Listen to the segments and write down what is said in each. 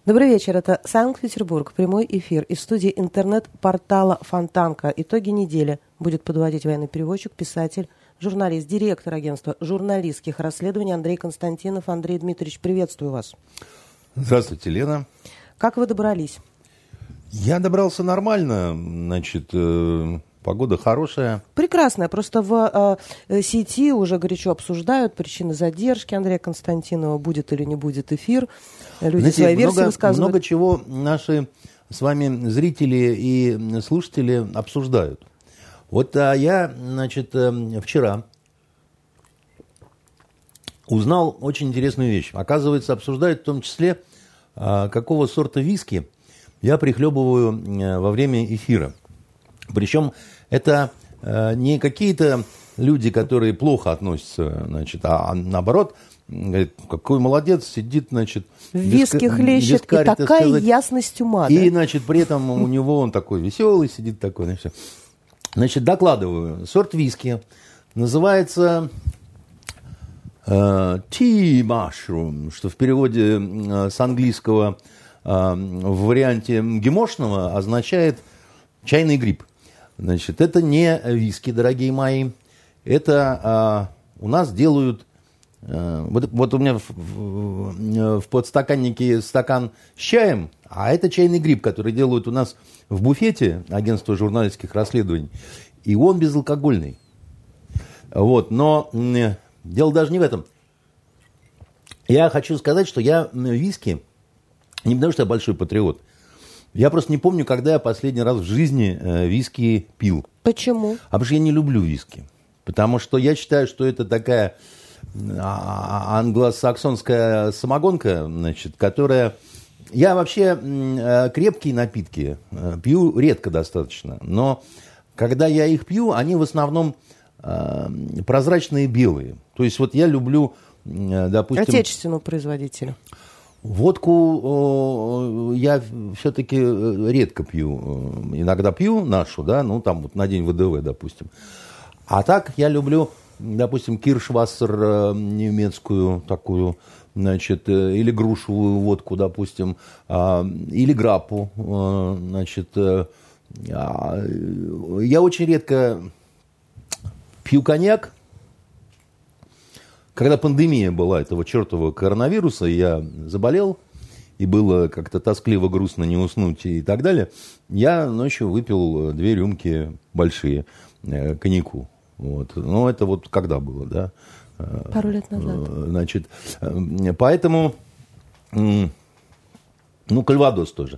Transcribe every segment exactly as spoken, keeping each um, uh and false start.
Добрый вечер. Это Санкт-Петербург. Прямой эфир из студии интернет-портала Фонтанка. Итоги недели будет подводить военный переводчик, писатель, журналист, директор агентства журналистских расследований Андрей Константинов. Андрей Дмитриевич, приветствую вас. Здравствуйте, Лена. Как вы добрались? Я добрался нормально. Значит, э, погода хорошая. Прекрасная. Просто в э, сети уже горячо обсуждают причины задержки Андрея Константинова, будет или не будет эфир. Люди Знаете, свои версии много, высказывают. много чего наши с вами зрители и слушатели обсуждают. Вот а я, значит, вчера узнал очень интересную вещь. Оказывается, обсуждают в том числе, какого сорта виски я прихлебываю во время эфира. Причем это не какие-то люди, которые плохо относятся, значит, а наоборот, говорит, какой молодец, сидит, значит, виски хлещет, и такая сказать, ясность ума. И, да? значит, при этом у него он такой веселый, сидит такой, значит, значит докладываю. Сорт виски называется э, tea mushroom, что в переводе э, с английского э, в варианте гемошного означает чайный гриб. Значит, это не виски, дорогие мои, это э, у нас делают. Вот, вот у меня в, в, в подстаканнике стакан с чаем, а это чайный гриб, который делают у нас в буфете агентства журналистских расследований, и он безалкогольный. Вот, но дело даже не в этом. Я хочу сказать, что я виски, не потому что я большой патриот, я просто не помню, когда я последний раз в жизни виски пил. Почему? А потому что я не люблю виски. Потому что я считаю, что это такая англосаксонская самогонка, значит, которая... Я вообще крепкие напитки пью редко достаточно, но когда я их пью, они в основном прозрачные белые. То есть вот я люблю, допустим... Отечественного производителя. Водку я все-таки редко пью. Иногда пью нашу, да, ну там вот на день ВДВ, допустим. А так я люблю... Допустим, киршвассер немецкую такую, значит, или грушевую водку, допустим, или граппу, значит. Я очень редко пью коньяк. Когда пандемия была этого чертового коронавируса, я заболел, и было как-то тоскливо, грустно не уснуть и так далее, я ночью выпил две рюмки большие коньяку. Вот. Ну, это вот когда было, да? Пару лет назад. Значит, поэтому, ну, кальвадос тоже,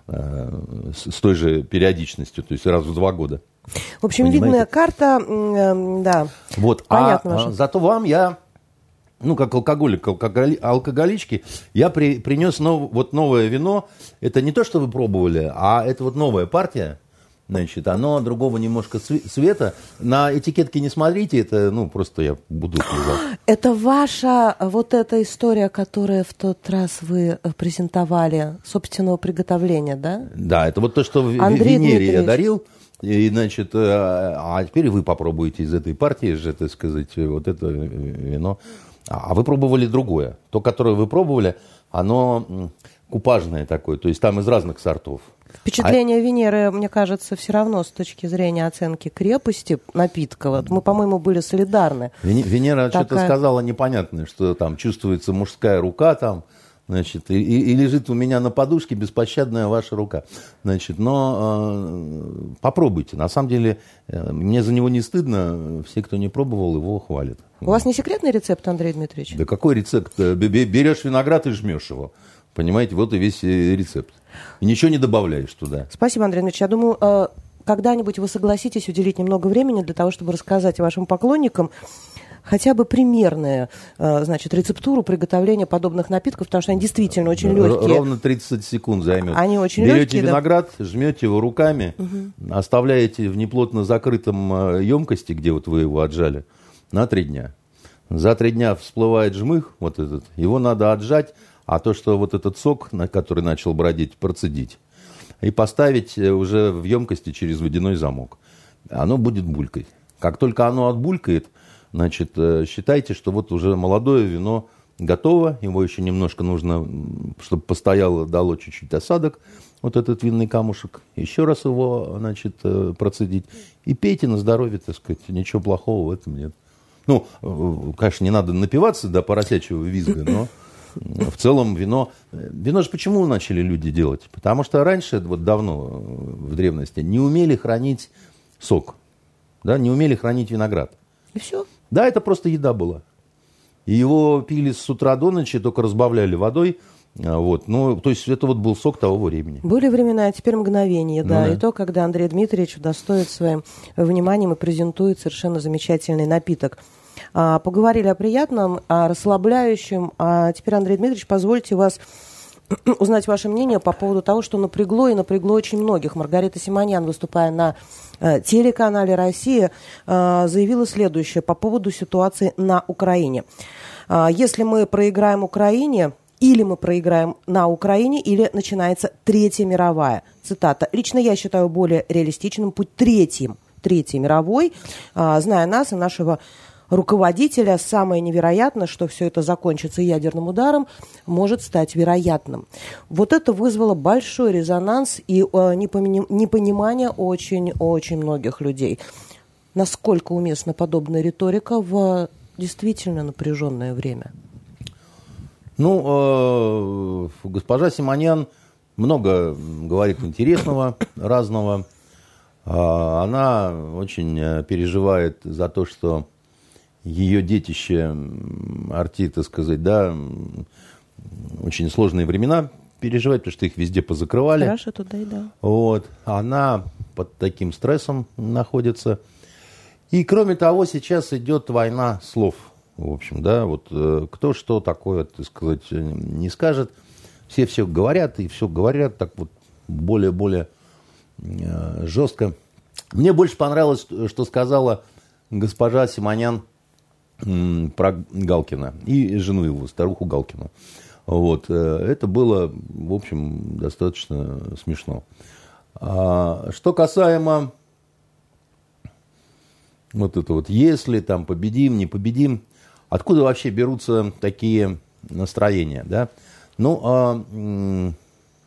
с той же периодичностью, то есть раз в два года. В общем, понимаете? видная карта, да, вот. понятно. А, зато вам я, ну, как алкоголик, алкоголи, алкоголички, я при, принес нов, вот новое вино. Это не то, что вы пробовали, а это вот новая партия. Значит, оно другого немножко цвета. На этикетке не смотрите, это, ну, просто я буду лежал. Это ваша вот эта история, которая в тот раз вы презентовали, собственного приготовления, да? Да, это вот то, что в Андрей Венере Дмитриевич. Я дарил. И, значит, а теперь вы попробуете из этой партии же, так сказать, вот это вино. А вы пробовали другое. То, которое вы пробовали, оно купажное такое, то есть там из разных сортов. Впечатление а... Венеры, мне кажется, все равно с точки зрения оценки крепости напитка. Вот мы, по-моему, были солидарны. Венера Такая... что-то сказала непонятное, что там чувствуется мужская рука там, значит, и, и лежит у меня на подушке беспощадная ваша рука. Значит, но э, попробуйте. На самом деле, э, мне за него не стыдно. Все, кто не пробовал, его хвалят. У вас не секретный рецепт, Андрей Дмитриевич? Да какой рецепт? Берешь виноград и жмешь его. Понимаете, вот и весь рецепт. И ничего не добавляешь туда. Спасибо, Андрей Дмитриевич. Я думаю, когда-нибудь вы согласитесь уделить немного времени для того, чтобы рассказать вашим поклонникам хотя бы примерную, значит, рецептуру приготовления подобных напитков, потому что они действительно очень легкие. Ровно тридцать секунд займет. Они очень Берете легкие. Берете виноград, да? Жмете его руками, угу. Оставляете в неплотно закрытом емкости, где вот вы его отжали, на три дня. За три дня всплывает жмых, вот этот, его надо отжать, а то, что вот этот сок, который начал бродить, процедить. И поставить уже в емкости через водяной замок. Оно будет булькать. Как только оно отбулькает, значит, считайте, что вот уже молодое вино готово, его еще немножко нужно, чтобы постояло, дало чуть-чуть осадок, вот этот винный камушек, еще раз его, значит, процедить. И пейте на здоровье, так сказать, ничего плохого в этом нет. Ну, конечно, не надо напиваться до поросячьего визга, но в целом вино... Вино же почему начали люди делать? Потому что раньше, вот давно, в древности, не умели хранить сок, да, не умели хранить виноград. И все? Да, это просто еда была. И его пили с утра до ночи, только разбавляли водой. Вот. Ну, то есть это вот был сок того времени. Были времена, а теперь мгновение, да. Ну, да. И то, когда Андрей Дмитриевич удостоит своим вниманием и презентует совершенно замечательный напиток. А, поговорили о приятном, о расслабляющем. А теперь, Андрей Дмитриевич, позвольте вас узнать ваше мнение по поводу того, что напрягло и напрягло очень многих. Маргарита Симоньян, выступая на э, телеканале «Россия», э, заявила следующее по поводу ситуации на Украине. Э, если мы проиграем Украине, или мы проиграем на Украине, или начинается Третья мировая. Цитата. «Лично я считаю более реалистичным путь третьим, Третьей мировой, э, зная нас и нашего руководителя, самое невероятное, что все это закончится ядерным ударом, может стать вероятным». Вот это вызвало большой резонанс и э, непонимание очень-очень многих людей. Насколько уместна подобная риторика в действительно напряженное время? Ну, э, госпожа Симоньян много говорит интересного, разного. Э, она очень переживает за то, что ее детище, арти, так сказать, да, очень сложные времена переживает, потому что их везде позакрывали. Раша туда и да. Вот. Она под таким стрессом находится. И, кроме того, сейчас идет война слов. В общем, да, вот кто что такое, так сказать, не скажет. Все все говорят, и все говорят так вот более-более жестко. Мне больше понравилось, что сказала госпожа Симоньян про Галкина и жену его, старуху Галкину. Вот. Это было, в общем, достаточно смешно. А что касаемо вот это вот, если там победим, не победим, откуда вообще берутся такие настроения, да? Ну, а, м-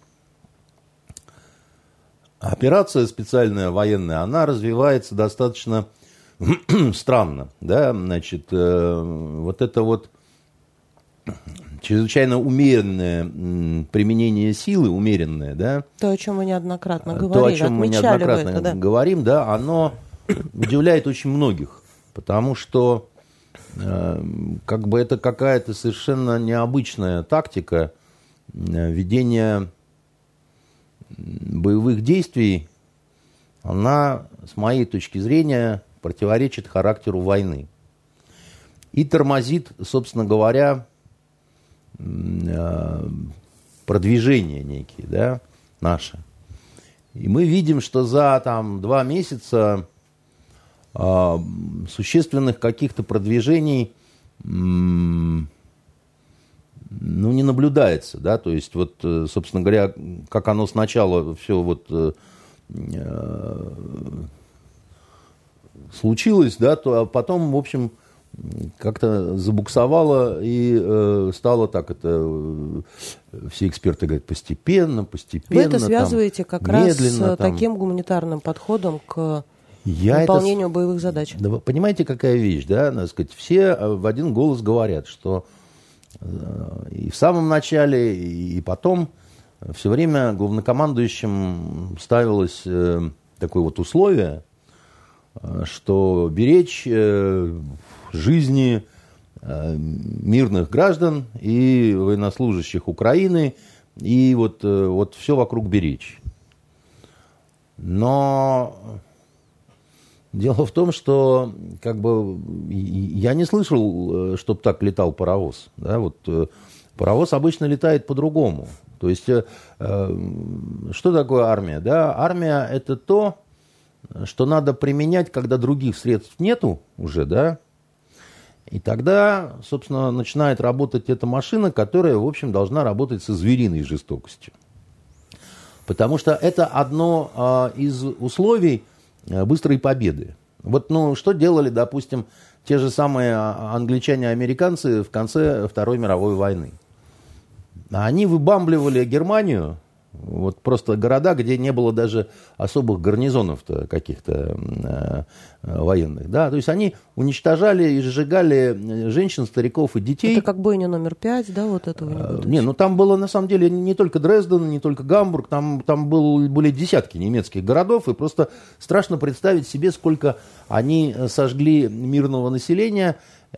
операция специальная военная, она развивается достаточно странно, да, значит, э, вот это вот чрезвычайно умеренное м, применение силы, умеренное, да. То, о чем мы неоднократно говорили, То, о чем мы неоднократно это, да? говорим, да, оно удивляет очень многих, потому что э, как бы это какая-то совершенно необычная тактика э, ведения боевых действий, она, с моей точки зрения, противоречит характеру войны. И тормозит, собственно говоря, продвижение некие, да, наши. И мы видим, что за там, два месяца а, существенных каких-то продвижений м, ну, не наблюдается. Да? То есть, вот, собственно говоря, как оно сначала все вот... Э, случилось, да, то а потом, в общем, как-то забуксовало и э, стало так, это э, все эксперты говорят, постепенно, постепенно. Вы это связываете там, как раз с там. таким гуманитарным подходом к Я выполнению это... боевых задач. Да, вы понимаете, какая вещь, да, надо сказать, все в один голос говорят, что э, и в самом начале, и потом все время главнокомандующим ставилось э, такое вот условие, что беречь э, жизни э, мирных граждан и военнослужащих Украины, и вот, э, вот все вокруг беречь. Но дело в том, что как бы я не слышал, чтобы так летал паровоз. Да? Вот, э, паровоз обычно летает по-другому. То есть, э, э, что такое армия? Да? Армия – это то, что надо применять, когда других средств нету уже, да, и тогда, собственно, начинает работать эта машина, которая, в общем, должна работать со звериной жестокостью. Потому что это одно а, из условий быстрой победы. Вот, ну, что делали, допустим, те же самые англичане-американцы в конце Второй мировой войны. Они выбамбливали Германию, вот просто города, где не было даже особых гарнизонов-то каких-то э, военных. Да? То есть они уничтожали и сжигали женщин, стариков и детей. Это как бойня номер пять, да, вот этого? Э, не, ну там было на самом деле не только Дрезден, не только Гамбург, там, там был, были десятки немецких городов, и просто страшно представить себе, сколько они сожгли мирного населения.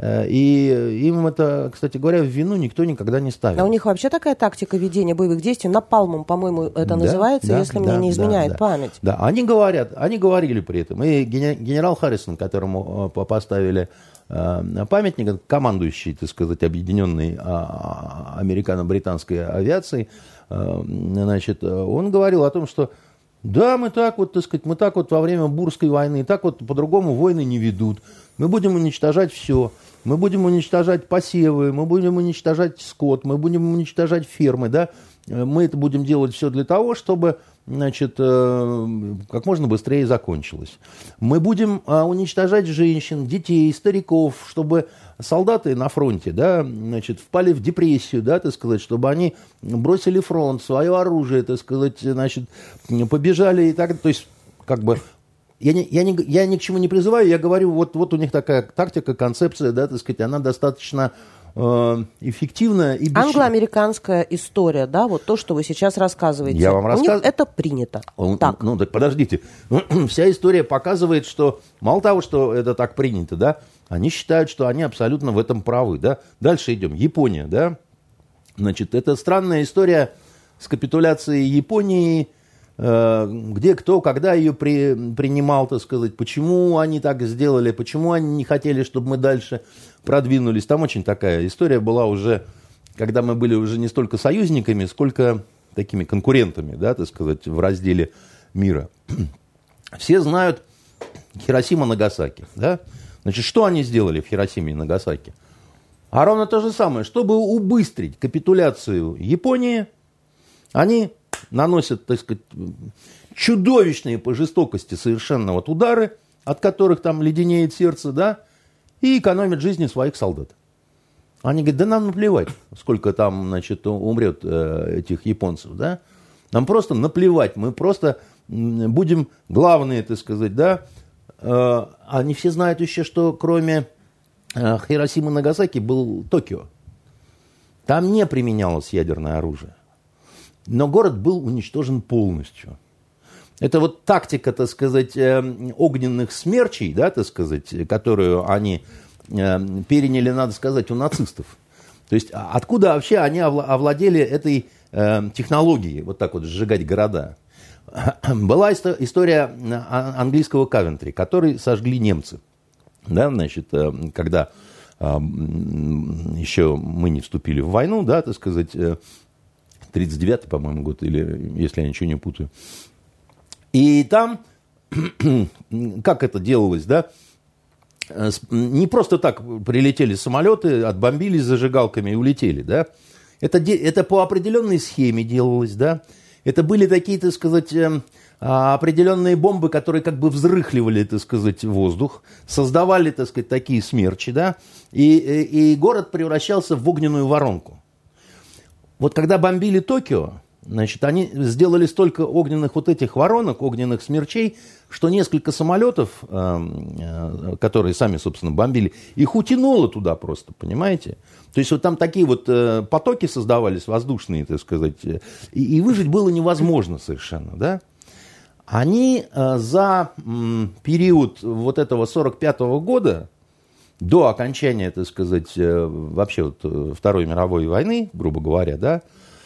И им это, кстати говоря, в вину никто никогда не ставил. А у них вообще такая тактика ведения боевых действий, напалмом, по-моему, это да, называется, да, если да, мне не изменяет да, память. Да, они говорят, они говорили при этом. И генерал Харрисон, которому поставили памятник, командующий, так сказать, объединенной американо-британской авиацией, значит, он говорил о том, что да, мы так вот, так сказать, мы так вот во время Бурской войны, так вот по-другому войны не ведут. Мы будем уничтожать все. Мы будем уничтожать посевы, мы будем уничтожать скот, мы будем уничтожать фермы, да. Мы это будем делать все для того, чтобы, значит, как можно быстрее закончилось. Мы будем уничтожать женщин, детей, стариков, чтобы солдаты на фронте, да, значит, впали в депрессию, да, так сказать, чтобы они бросили фронт, свое оружие, так сказать, значит, побежали и так, то есть, как бы, я, не, я, не, я ни к чему не призываю, я говорю, вот, вот у них такая тактика, концепция, да, так сказать, она достаточно э, эффективная. И бесч... Англо-американская история, да, вот то, что вы сейчас рассказываете. Я вам рассказываю. У них это принято. Он, так. Ну, так подождите. Вся история показывает, что мало того, что это так принято, да, они считают, что они абсолютно в этом правы, да. Дальше идем. Япония, да. Значит, это странная история с капитуляцией Японии, где кто, когда ее при, принимал, так сказать, почему они так сделали, почему они не хотели, чтобы мы дальше продвинулись. Там очень такая история была уже, когда мы были уже не столько союзниками, сколько такими конкурентами, да, так сказать, в разделе мира. Все знают Хиросима, Нагасаки, да? Значит, что они сделали в Хиросиме и Нагасаки? А ровно то же самое. Чтобы убыстрить капитуляцию Японии, они наносят, так сказать, чудовищные по жестокости совершенно вот удары, от которых там леденеет сердце, да, и экономят жизни своих солдат. Они говорят, да нам наплевать, сколько там, значит, умрет э, этих японцев, да. Нам просто наплевать, мы просто будем главные, так сказать, да. Э, они все знают еще, что кроме э, Хиросимы и Нагасаки был Токио. Там не применялось ядерное оружие. Но город был уничтожен полностью. Это вот тактика, так сказать, огненных смерчей, да, так сказать, которую они переняли, надо сказать, у нацистов. То есть откуда вообще они овладели этой технологией, вот так вот сжигать города? Была история английского Кавентри, который сожгли немцы. Да, значит, когда еще мы не вступили в войну, да, так сказать, тридцать девятый, по-моему, год, или если я ничего не путаю. И там, как это делалось, да, не просто так прилетели самолеты, отбомбились зажигалками и улетели, да. Это, это по определенной схеме делалось, да. Это были такие, так сказать, определенные бомбы, которые как бы взрыхливали, так сказать, воздух, создавали, так сказать, такие смерчи, да, и, и, и город превращался в огненную воронку. Вот когда бомбили Токио, значит, они сделали столько огненных вот этих воронок, огненных смерчей, что несколько самолетов, которые сами, собственно, бомбили, их утянуло туда просто, понимаете? То есть вот там такие вот потоки создавались воздушные, так сказать, и, и выжить было невозможно совершенно, да? Они за период вот этого сорок пятого года, до окончания, так сказать, вообще вот Второй мировой войны, грубо говоря, да,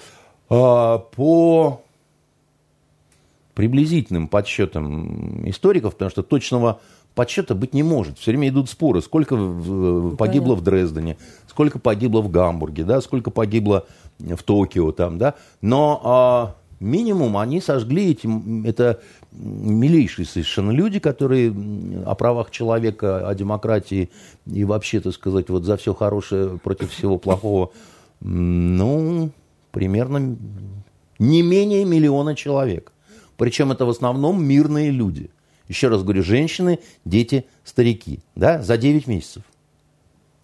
по приблизительным подсчетам историков, потому что точного подсчета быть не может. Все время идут споры, сколько погибло Понятно. в Дрездене, сколько погибло в Гамбурге, да, сколько погибло в Токио там, да. Но минимум они сожгли эти, это милейшие совершенно люди, которые о правах человека, о демократии и вообще, так сказать, вот за все хорошее против всего плохого, ну, примерно не менее миллиона человек. Причем это в основном мирные люди. Еще раз говорю, женщины, дети, старики, да, за девять месяцев.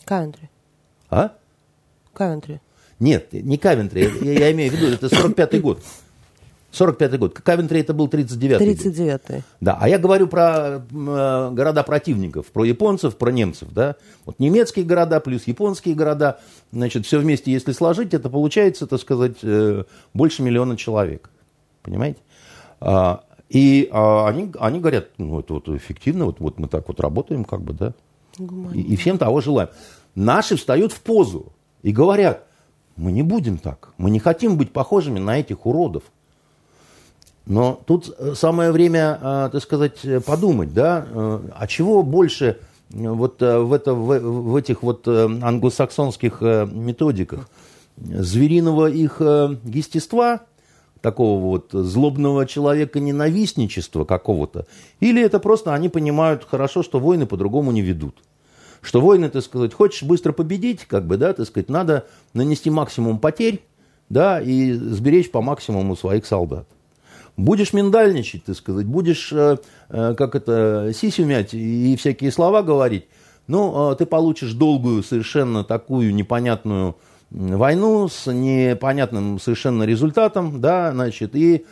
Кавентри. А? Кавентри. Нет, не Кавентри, я, я имею в виду, это сорок пятый год. сорок пятый год. Кавентри это был тридцать девятый. тридцать девятый. Да, а я говорю про э, города противников, про японцев, про немцев, да. Вот немецкие города плюс японские города, значит, все вместе, если сложить, это получается, так сказать, э, больше миллиона человек. Понимаете? А, и а, они, они говорят, ну, это вот эффективно, вот, вот мы так вот работаем, как бы, да. И, и всем того желаем. Наши встают в позу и говорят, мы не будем так, мы не хотим быть похожими на этих уродов. Но тут самое время, так сказать, подумать, да, а чего больше вот в, это, в, в этих вот англосаксонских методиках звериного их естества, такого вот злобного человека-ненавистничества какого-то, или это просто они понимают хорошо, что войны по-другому не ведут. Что войны, так сказать, хочешь быстро победить, как бы, да, так сказать, надо нанести максимум потерь, да, и сберечь по максимуму своих солдат. Будешь миндальничать, так сказать, будешь, э, э, как это, сисю мять и всякие слова говорить, ну, э, ты получишь долгую, совершенно такую непонятную войну с непонятным совершенно результатом, да, значит, и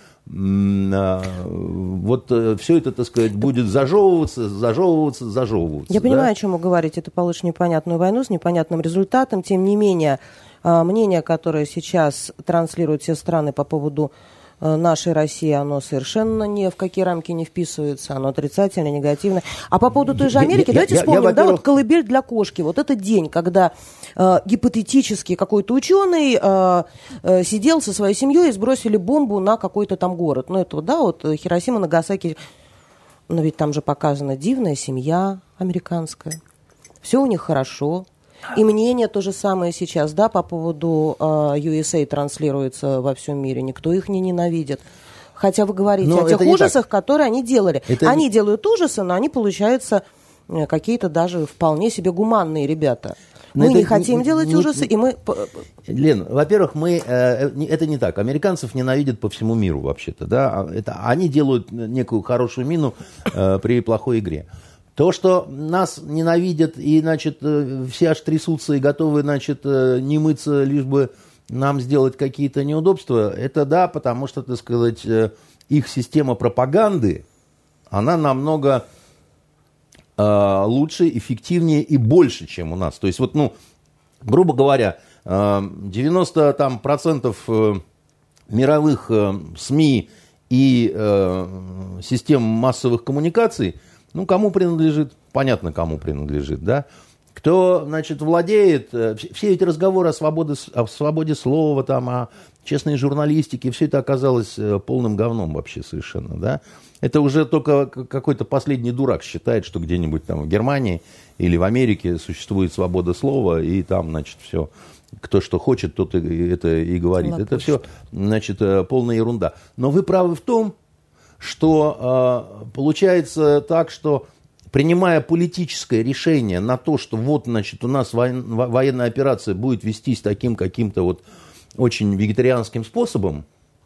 э, вот э, все это, так сказать, будет зажевываться, зажевываться, зажевываться. Я да? понимаю, о чем вы говорите, ты получишь непонятную войну с непонятным результатом, тем не менее, э, мнение, которое сейчас транслируют все страны по поводу нашей России, оно совершенно ни в какие рамки не вписывается, оно отрицательное, негативное. А по поводу той же Америки, я, давайте я, вспомним, я, я, да, вот колыбель для кошки. Вот этот день, когда э, гипотетически какой-то ученый э, э, сидел со своей семьей и сбросили бомбу на какой-то там город. Ну, это, да, вот Хиросима, Нагасаки. Но ведь там же показана дивная семья американская. Все у них хорошо. И мнение то же самое сейчас, да, по поводу э, ю эс эй транслируется во всем мире. Никто их не ненавидит. Хотя вы говорите но о тех ужасах, которые они делали. Это... Они делают ужасы, но они, получаются, какие-то даже вполне себе гуманные ребята. Но мы не хотим не, делать не, ужасы, не, и мы... Лен, во-первых, мы, э, это не так. Американцев ненавидят по всему миру, вообще-то. Да? Это, они делают некую хорошую мину э, при плохой игре. То, что нас ненавидят и, значит, все аж трясутся и готовы, значит, не мыться, лишь бы нам сделать какие-то неудобства, это да, потому что, так сказать, их система пропаганды, она намного э, лучше, эффективнее и больше, чем у нас. То есть, вот, ну, грубо говоря, девяносто там, процентов мировых СМИ и э, систем массовых коммуникаций, ну, кому принадлежит? Понятно, кому принадлежит, да? Кто, значит, владеет... Все эти разговоры о свободе, о свободе слова, там, о честной журналистике, все это оказалось полным говном вообще совершенно, да? Это уже только какой-то последний дурак считает, что где-нибудь там в Германии или в Америке существует свобода слова, и там, значит, все... Кто что хочет, тот и, это и говорит. Лапушки. Это все, значит, полная ерунда. Но вы правы в том, что э, получается так, что принимая политическое решение на то, что вот, значит, у нас воен, военная операция будет вестись таким каким-то вот очень вегетарианским способом,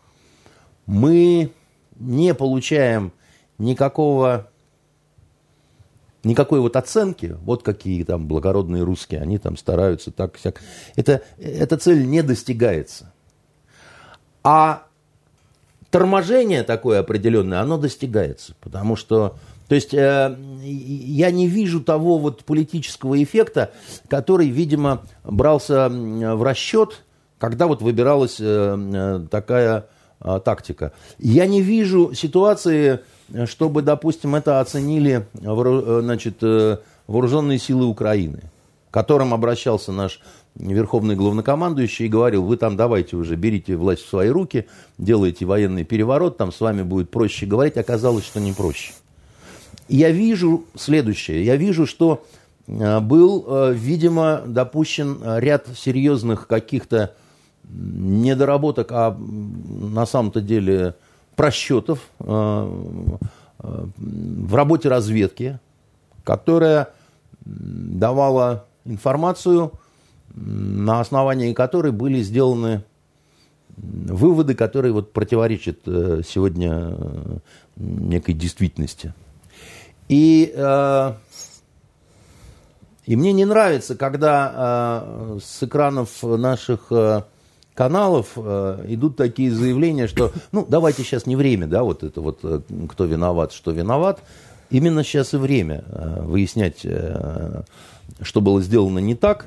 мы не получаем никакого, никакой вот оценки, вот какие там благородные русские, они там стараются так, всяк. Это, эта цель не достигается. А торможение такое определенное, оно достигается, потому что, то есть, э, я не вижу того вот политического эффекта, который, видимо, брался в расчет, когда вот выбиралась э, такая э, тактика. Я не вижу ситуации, чтобы, допустим, это оценили, значит, вооруженные силы Украины, к которым обращался наш верховный главнокомандующий и говорил, вы там давайте уже берите власть в свои руки, делайте военный переворот, там с вами будет проще говорить. Оказалось, что не проще. И я вижу следующее. Я вижу, что был, видимо, допущен ряд серьезных каких-то недоработок, а на самом-то деле просчетов в работе разведки, которая давала информацию, на основании которой были сделаны выводы, которые вот противоречат сегодня некой действительности. И э, И мне не нравится, когда э, с экранов наших э, каналов э, идут такие заявления, что, ну, давайте сейчас не время, да, вот это вот, э, кто виноват, что виноват. Именно сейчас и время э, выяснять, э, что было сделано не так,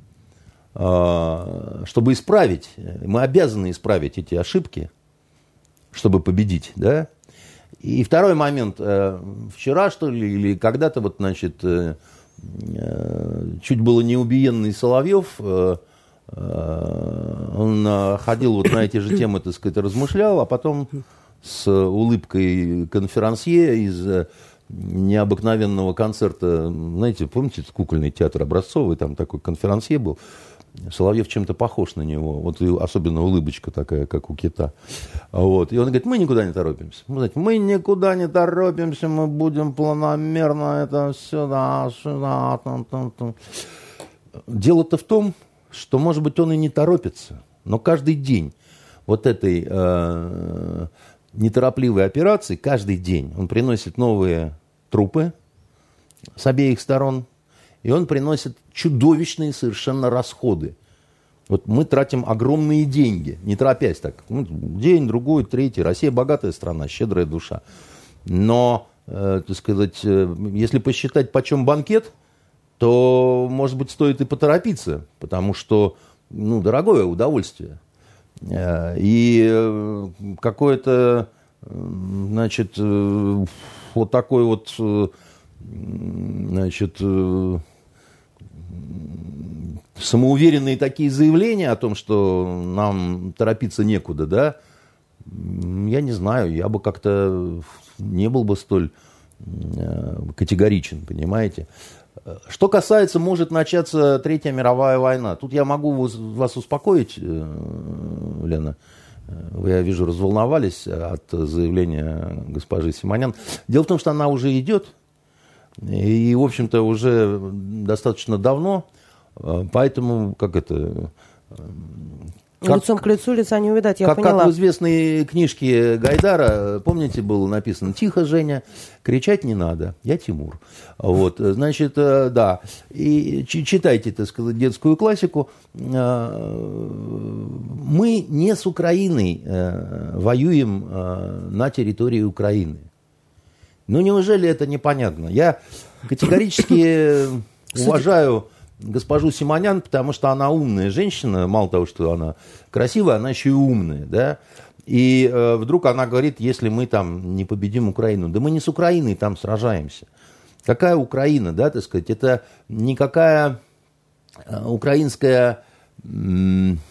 э, чтобы исправить. Мы обязаны исправить эти ошибки, чтобы победить, да. И второй момент. Э, вчера, что ли, или когда-то, вот, значит... Э, чуть было не убиенный Соловьев, он ходил вот на эти же темы, так сказать, размышлял, а потом с улыбкой конферансье из необыкновенного концерта, знаете, помните, кукольный театр Образцовый, там такой конферансье был, Соловьев чем-то похож на него, вот особенно улыбочка такая, как у кита. Вот. И он говорит, мы никуда не торопимся. Мы никуда не торопимся, мы будем планомерно это сюда, сюда. Там, там, там. Дело-то в том, что, может быть, он и не торопится, но каждый день вот этой э, неторопливой операции, каждый день он приносит новые трупы с обеих сторон, и он приносит чудовищные совершенно расходы. Вот мы тратим огромные деньги, не торопясь так. Ну, день, другой, третий. Россия богатая страна, щедрая душа. Но, э, так сказать, э, если посчитать, почем банкет, то, может быть, стоит и поторопиться, потому что, ну, дорогое удовольствие. Э, и э, какое-то, э, значит, э, вот такой вот... Э, значит, э, самоуверенные такие заявления о том, что нам торопиться некуда, да, я не знаю, я бы как-то не был бы столь э, категоричен, понимаете. Что касается, может начаться Третья мировая война, тут я могу вас успокоить, э, Лена. Вы, я вижу, разволновались от заявления госпожи Симонян. Дело в том, что она уже идет. И, в общем-то, уже достаточно давно, поэтому, как это... Как, лицом к лицу лица не увидать, я как, поняла. Как в известной книжке Гайдара, помните, было написано «Тихо, Женя, кричать не надо, я Тимур». Вот, значит, да, и читайте, так сказать, детскую классику. Мы не с Украиной воюем на территории Украины. Ну, неужели это непонятно? Я категорически уважаю госпожу Симонян, потому что она умная женщина, мало того, что она красивая, она еще и умная, да, и э, вдруг она говорит, если мы там не победим Украину, да мы не с Украиной там сражаемся. Какая Украина, да, так сказать, это никакая украинская м-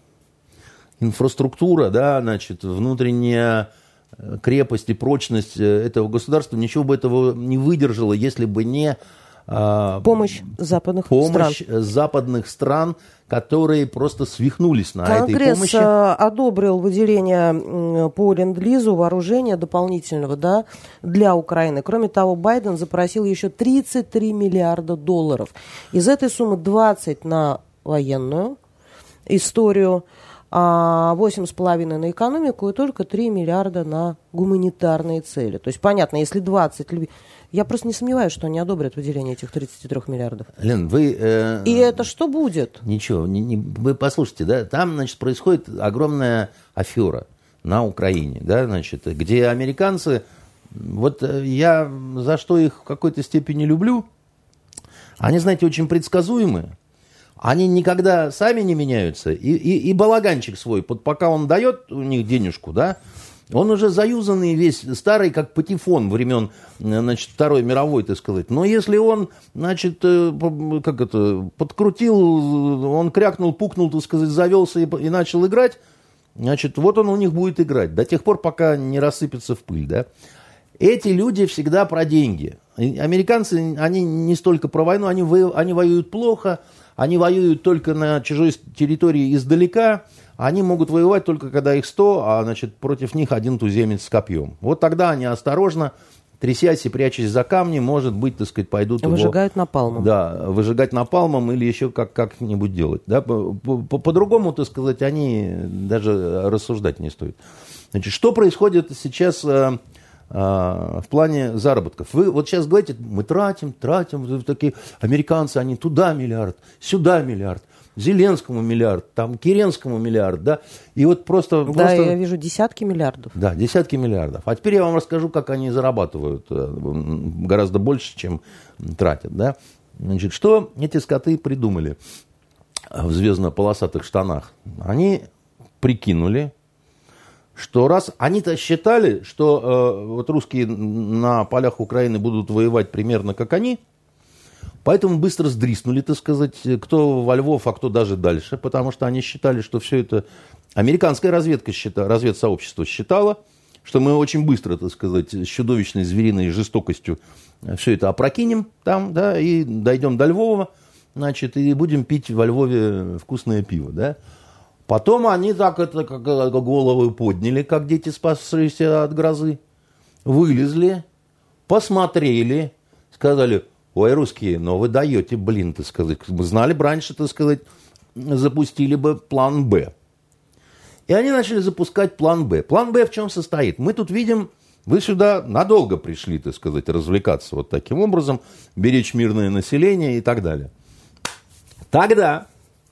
инфраструктура, да, значит, внутренняя крепость и прочность этого государства, ничего бы этого не выдержало, если бы не а, помощь западных помощь стран. западных стран, которые просто свихнулись на этой помощи. Конгресс одобрил выделение по ленд-лизу вооружения дополнительного, да, для Украины. Кроме того, Байден запросил еще тридцать три миллиарда долларов. Из этой суммы двадцать на военную историю, восемь с половиной на экономику и только три миллиарда на гуманитарные цели. То есть, понятно, если двадцать... Я просто не сомневаюсь, что они одобрят выделение этих тридцати трёх миллиардов. Лен, вы... Э, и это что будет? Ничего, не, не, вы послушайте, да, там, значит, происходит огромная афера на Украине, да, значит, где американцы... Вот я за что их в какой-то степени люблю, они, знаете, очень предсказуемые. Они никогда сами не меняются. И, и, и балаганчик свой, вот пока он дает у них денежку, да, он уже заюзанный весь, старый, как патефон времен, значит, Второй мировой, так сказать. Но если он, значит, как это, подкрутил, он крякнул, пукнул, так сказать, завелся и, и начал играть, значит, вот он у них будет играть. До тех пор, пока не рассыпется в пыль, да. Эти люди всегда про деньги. Американцы, они не столько про войну, они, во, они воюют плохо, они воюют только на чужой территории издалека, они могут воевать только когда их сто, а значит, против них один туземец с копьем. Вот тогда они осторожно, трясясь и прячась за камни, может быть, так сказать, пойдут... Выжигают его, напалмом. Да, выжигать напалмом или еще как, как-нибудь делать. Да? По, по, по-другому, так сказать, они даже рассуждать не стоит. Значит, что происходит сейчас... в плане заработков. Вы вот сейчас говорите, мы тратим, тратим, такие американцы, они туда миллиард, сюда миллиард, Зеленскому миллиард, там Керенскому миллиард, да, и вот просто... Да, просто... я вижу десятки миллиардов. Да, десятки миллиардов. А теперь я вам расскажу, как они зарабатывают гораздо больше, чем тратят, да. Значит, что эти скоты придумали в звездно-полосатых штанах? Они прикинули, что раз они-то считали, что э, вот русские на полях Украины будут воевать примерно как они, поэтому быстро сдриснули, так сказать, кто во Львов, а кто даже дальше, потому что они считали, что все это... Американская разведка считала, разведсообщество считало, что мы очень быстро, так сказать, с чудовищной звериной жестокостью все это опрокинем там, да, и дойдем до Львова, значит, и будем пить во Львове вкусное пиво, да. Потом они так это как головы подняли, как дети, спасшиеся от грозы, вылезли, посмотрели, сказали, ой, русские, но вы даете, блин, так сказать, мы знали бы раньше, так сказать, запустили бы план «Б». И они начали запускать план «Б». План «Б» в чем состоит? Мы тут видим, вы сюда надолго пришли, так сказать, развлекаться вот таким образом, беречь мирное население и так далее. Тогда...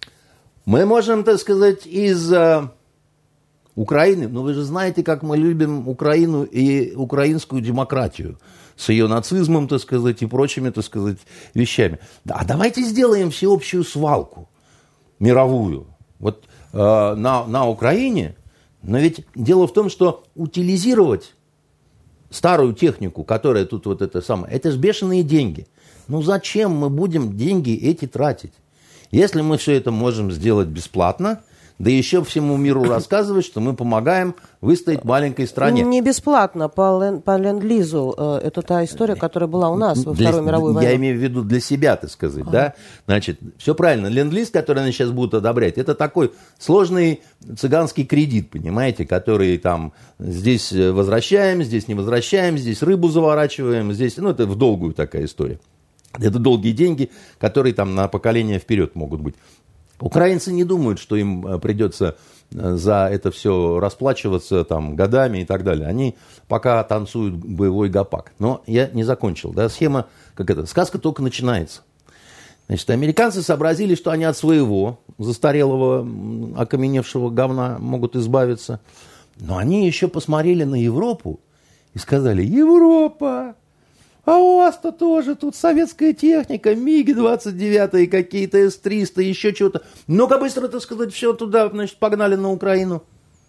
Мы можем, так сказать, из э, Украины, но вы же знаете, как мы любим Украину и украинскую демократию с ее нацизмом, так сказать, и прочими, так сказать, вещами. Да, давайте сделаем всеобщую свалку мировую вот э, на, на Украине. Но ведь дело в том, что утилизировать старую технику, которая тут вот это самое, это же бешеные деньги. Ну зачем мы будем деньги эти тратить? Если мы все это можем сделать бесплатно, да еще всему миру рассказывать, что мы помогаем выстоять маленькой стране. Не бесплатно, по, лен, по ленд-лизу. Это та история, которая была у нас во для, Второй мировой войне. Я имею в виду для себя, так сказать, ага. да. Значит, все правильно. Ленд-лиз, который они сейчас будут одобрять, это такой сложный цыганский кредит, понимаете, который там здесь возвращаем, здесь не возвращаем, здесь рыбу заворачиваем, здесь, ну, это в долгую такая история. Это долгие деньги, которые там на поколение вперед могут быть. Украинцы не думают, что им придется за это все расплачиваться там, годами и так далее. Они пока танцуют боевой гопак. Но я не закончил. Да? Схема, как это, сказка только начинается. Значит, американцы сообразили, что они от своего застарелого, окаменевшего говна могут избавиться. Но они еще посмотрели на Европу и сказали, Европа! А у вас-то тоже тут советская техника, МиГи двадцать девять, какие-то эс триста, еще что-то. Ну-ка быстро, так сказать, все туда, значит, погнали на Украину.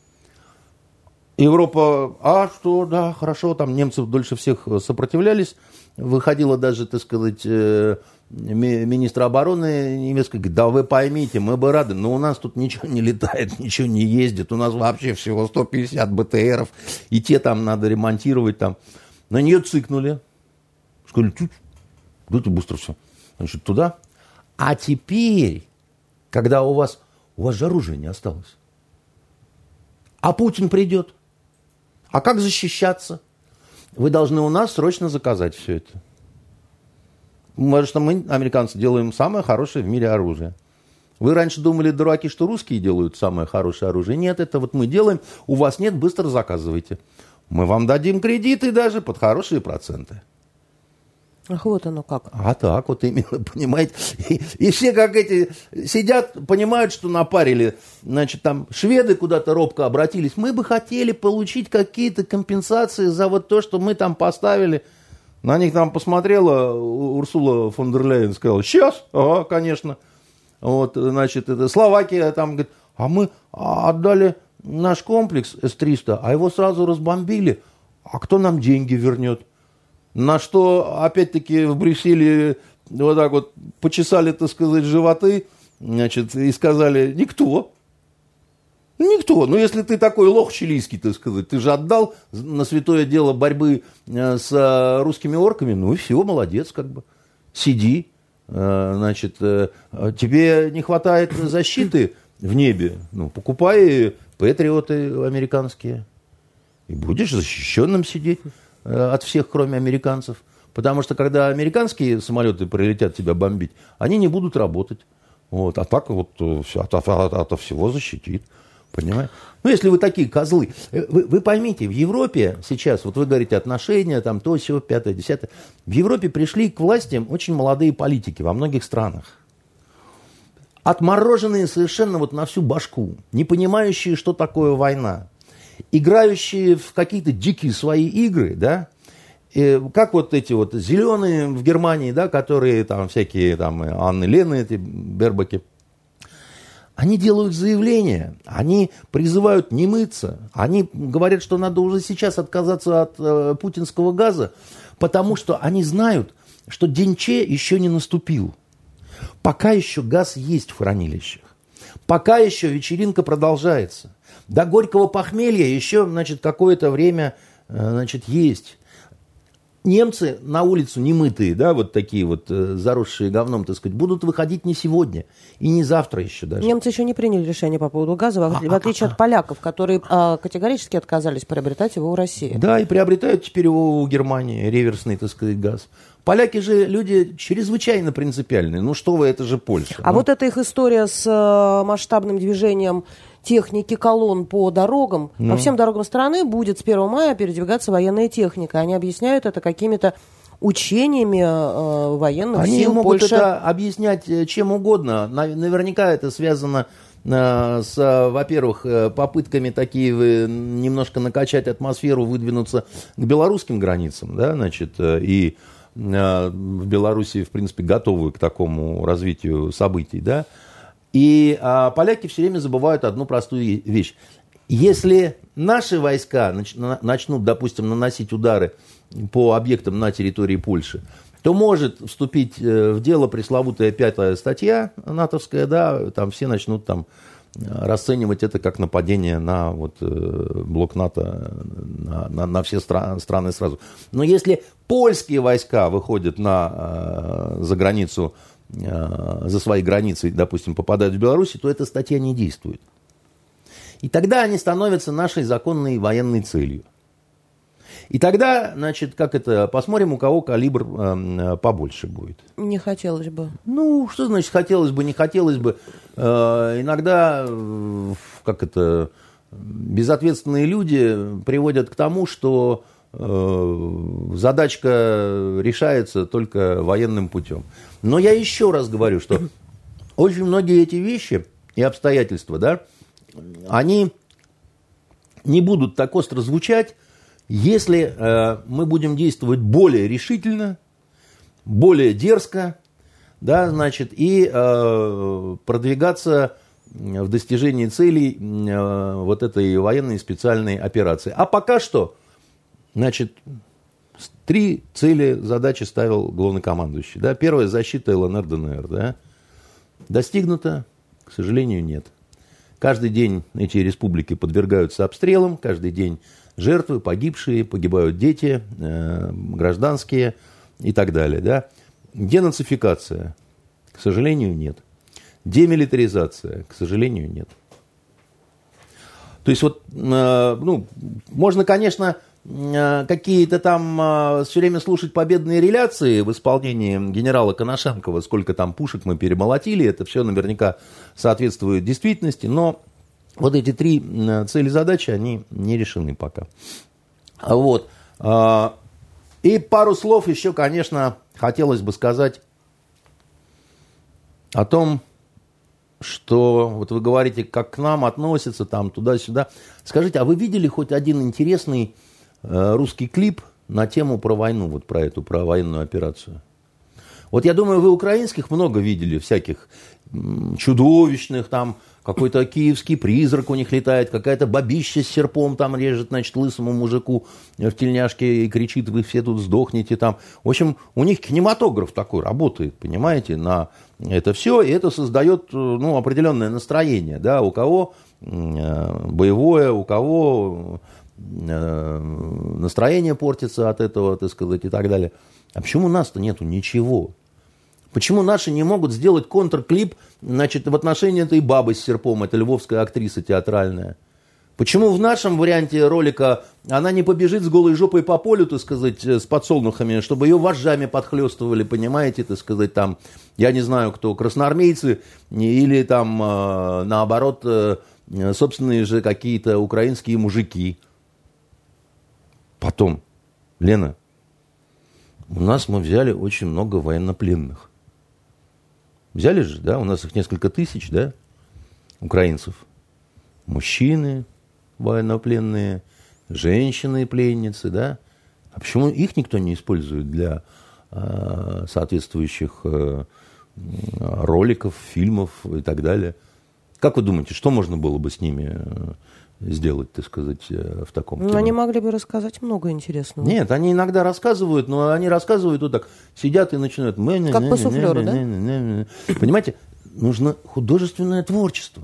Европа, а что, да, хорошо, там немцы дольше всех сопротивлялись. Выходила даже, так сказать, министр обороны немецкой, говорит, да вы поймите, мы бы рады, но у нас тут ничего не летает, ничего не ездит, у нас вообще всего сто пятьдесят бэ тэ эров, и те там надо ремонтировать там. На нее цыкнули. Сказали, чуть, дайте быстро все. Значит, туда. А теперь, когда у вас, у вас же оружия не осталось. А Путин придет. А как защищаться? Вы должны у нас срочно заказать все это. Потому что мы, американцы, делаем самое хорошее в мире оружие. Вы раньше думали, дураки, что русские делают самое хорошее оружие. Нет, это вот мы делаем. У вас нет, быстро заказывайте. Мы вам дадим кредиты даже под хорошие проценты. Ах, вот оно как. А так вот именно, понимаете. И, и все как эти сидят, понимают, что напарили. Значит, там шведы куда-то робко обратились. Мы бы хотели получить какие-то компенсации за вот то, что мы там поставили. На них там посмотрела Урсула фон дер Ляйен, сказала, сейчас, ага, конечно. Вот, значит, это Словакия там говорит, а мы отдали наш комплекс эс триста, а его сразу разбомбили. А кто нам деньги вернет? На что, опять-таки, в Брюсселе вот так вот почесали, так сказать, животы, значит, и сказали, никто. Никто. Ну, если ты такой лох чилийский, так сказать, ты же отдал на святое дело борьбы с русскими орками, ну и все, молодец, как бы. Сиди, значит, тебе не хватает защиты в небе, ну, покупай патриоты американские, и будешь защищенным сидеть от всех, кроме американцев. Потому что, когда американские самолеты прилетят тебя бомбить, они не будут работать. Вот. А так вот от, от, от, от всего защитит. Понимаете? Ну, если вы такие козлы. Вы, вы поймите, в Европе сейчас, вот вы говорите, отношения, там то, сё, пятое, десятое. В Европе пришли к власти очень молодые политики во многих странах. Отмороженные совершенно вот на всю башку. Не понимающие, что такое война. Играющие в какие-то дикие свои игры, да. И как вот эти вот зеленые в Германии, да, которые там всякие там Анны Лены, эти Бербаки. Они делают заявления, они призывают не мыться, они говорят, что надо уже сейчас отказаться от э, путинского газа, потому что они знают, что день Че еще не наступил. Пока еще газ есть в хранилищах, пока еще вечеринка продолжается. До горького похмелья еще, значит, какое-то время, э, значит, есть. Немцы на улицу немытые, да, вот такие вот э, заросшие говном, так сказать, будут выходить не сегодня и не завтра еще даже. Немцы еще не приняли решение по поводу газа, в, в отличие от поляков, которые э, категорически отказались приобретать его у России. Да, и приобретают теперь его у Германии, реверсный, так сказать, газ. Поляки же люди чрезвычайно принципиальные. Ну что вы, это же Польша. А ну. вот эта их история с э, масштабным движением техники колонн по дорогам, ну. по всем дорогам страны будет с первого мая передвигаться военная техника. Они объясняют это какими-то учениями э, военных Они сил могут Польши. это объяснять чем угодно. Наверняка это связано э, с, во-первых, попытками такие немножко накачать атмосферу, выдвинуться к белорусским границам, да, значит, и э, в Беларуси, в принципе, готовы к такому развитию событий, да. И а, поляки все время забывают одну простую вещь. Если наши войска нач, на, начнут, допустим, наносить удары по объектам на территории Польши, то может вступить э, в дело пресловутая пятая статья натовская, да, там все начнут там расценивать это как нападение на вот, э, блок НАТО, на, на, на все стра- страны сразу. Но если польские войска выходят на, э, за границу, за свои границы, допустим, попадают в Беларусь, то эта статья не действует. И тогда они становятся нашей законной военной целью. И тогда, значит, как это, посмотрим, у кого калибр э, побольше будет. Не хотелось бы. Ну, что значит хотелось бы, не хотелось бы. Э, иногда, э, как это, безответственные люди приводят к тому, что задачка решается только военным путем. Но я еще раз говорю, что очень многие эти вещи и обстоятельства, да, они не будут так остро звучать, если э, мы будем действовать более решительно, более дерзко, да, значит, и э, продвигаться в достижении целей э, вот этой военной специальной операции. А пока что, значит, три цели, задачи ставил главнокомандующий. Да? Первая – защита ЛНР, ДНР. Да? Достигнуто? К сожалению, нет. Каждый день эти республики подвергаются обстрелам, каждый день жертвы, погибшие, погибают дети, э, гражданские и так далее. Да? Денацификация? К сожалению, нет. Демилитаризация? К сожалению, нет. То есть, вот, э, ну, можно, конечно, какие-то там все время слушать победные реляции в исполнении генерала Коношенкова, сколько там пушек мы перемолотили, это все наверняка соответствует действительности, но вот эти три цели задачи, они не решены пока. Вот. И пару слов еще, конечно, хотелось бы сказать о том, что вот вы говорите, как к нам относятся там туда-сюда. Скажите, а вы видели хоть один интересный русский клип на тему про войну, вот про эту, про военную операцию? Вот я думаю, вы украинских много видели, всяких чудовищных, там какой-то киевский призрак у них летает, какая-то бабища с серпом там режет, значит, лысому мужику в тельняшке и кричит: вы все тут сдохнете там. В общем, у них кинематограф такой работает, понимаете, на это все, и это создает, ну, определенное настроение, да, у кого боевое, у кого настроение портится от этого, так сказать, и так далее. А почему у нас-то нету ничего? Почему наши не могут сделать контрклип, значит, в отношении этой бабы с серпом, это львовская актриса театральная? Почему в нашем варианте ролика она не побежит с голой жопой по полю, так сказать, с подсолнухами, чтобы ее вожжами подхлестывали, понимаете, так сказать, там, я не знаю кто, красноармейцы или там, наоборот, собственные же какие-то украинские мужики. Потом, Лена, у нас мы взяли очень много военнопленных. Взяли же, да? У нас их несколько тысяч, да? Украинцев. Мужчины военнопленные, женщины-пленницы, да? А почему их никто не использует для э, соответствующих э, роликов, фильмов и так далее? Как вы думаете, что можно было бы с ними э, сделать, так сказать, э, в таком кино? Ну, они могли бы рассказать много интересного. Нет, они иногда рассказывают, но они рассказывают вот так, сидят и начинают... Как по суфлеру, да? Понимаете, нужно художественное творчество.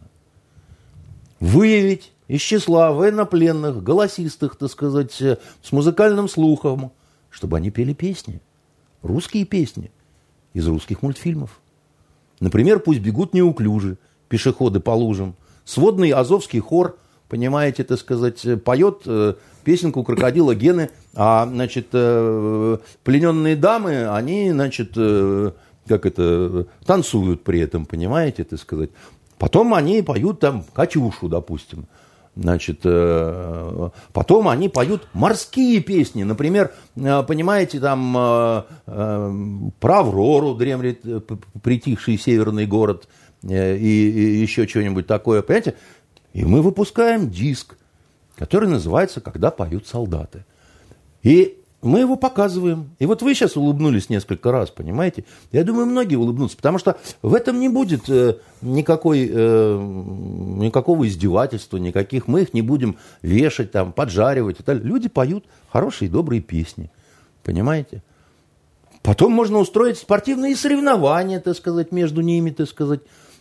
Выявить из числа военнопленных, голосистых, так сказать, с музыкальным слухом, чтобы они пели песни, русские песни из русских мультфильмов. Например, «Пусть бегут неуклюже», «Пешеходы по лужам», сводный азовский хор, понимаете, так сказать, поет э, песенку крокодила Гены, а, значит, э, плененные дамы, они, значит, э, как это, танцуют при этом, понимаете, так сказать. Потом они поют там «Катюшу», допустим. Значит, э, потом они поют морские песни. Например, э, понимаете, там э, э, про Аврору, дремлет э, притихший северный город э, и, и еще что-нибудь такое, понимаете? И мы выпускаем диск, который называется «Когда поют солдаты». И мы его показываем. И вот вы сейчас улыбнулись несколько раз, понимаете? Я думаю, многие улыбнутся, потому что в этом не будет э, никакой, э, никакого издевательства, никаких. Мы их не будем вешать, там, поджаривать и так далее. Люди поют хорошие, добрые песни, понимаете? Потом можно устроить спортивные соревнования, так сказать, между ними, так сказать,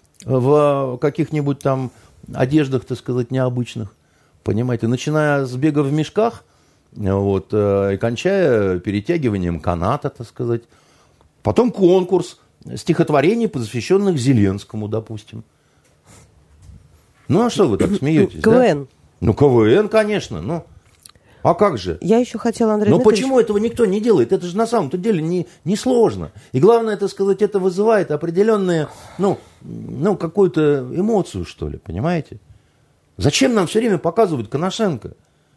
в каких-нибудь там одеждах, так сказать, необычных, понимаете? Начиная с бега в мешках, вот, и кончая перетягиванием каната, так сказать. Потом конкурс стихотворений, посвященных Зеленскому, допустим. Ну, а что вы так смеетесь? КВН. Да? Ну, КВН, конечно. Ну, а как же? Я еще хотела, Андрей Но Дмитриевич... почему этого никто не делает? Это же на самом-то деле не, не сложно. И главное, так сказать, это вызывает определенную, ну, ну, какую-то эмоцию, что ли, понимаете? Зачем нам все время показывают Коношенко?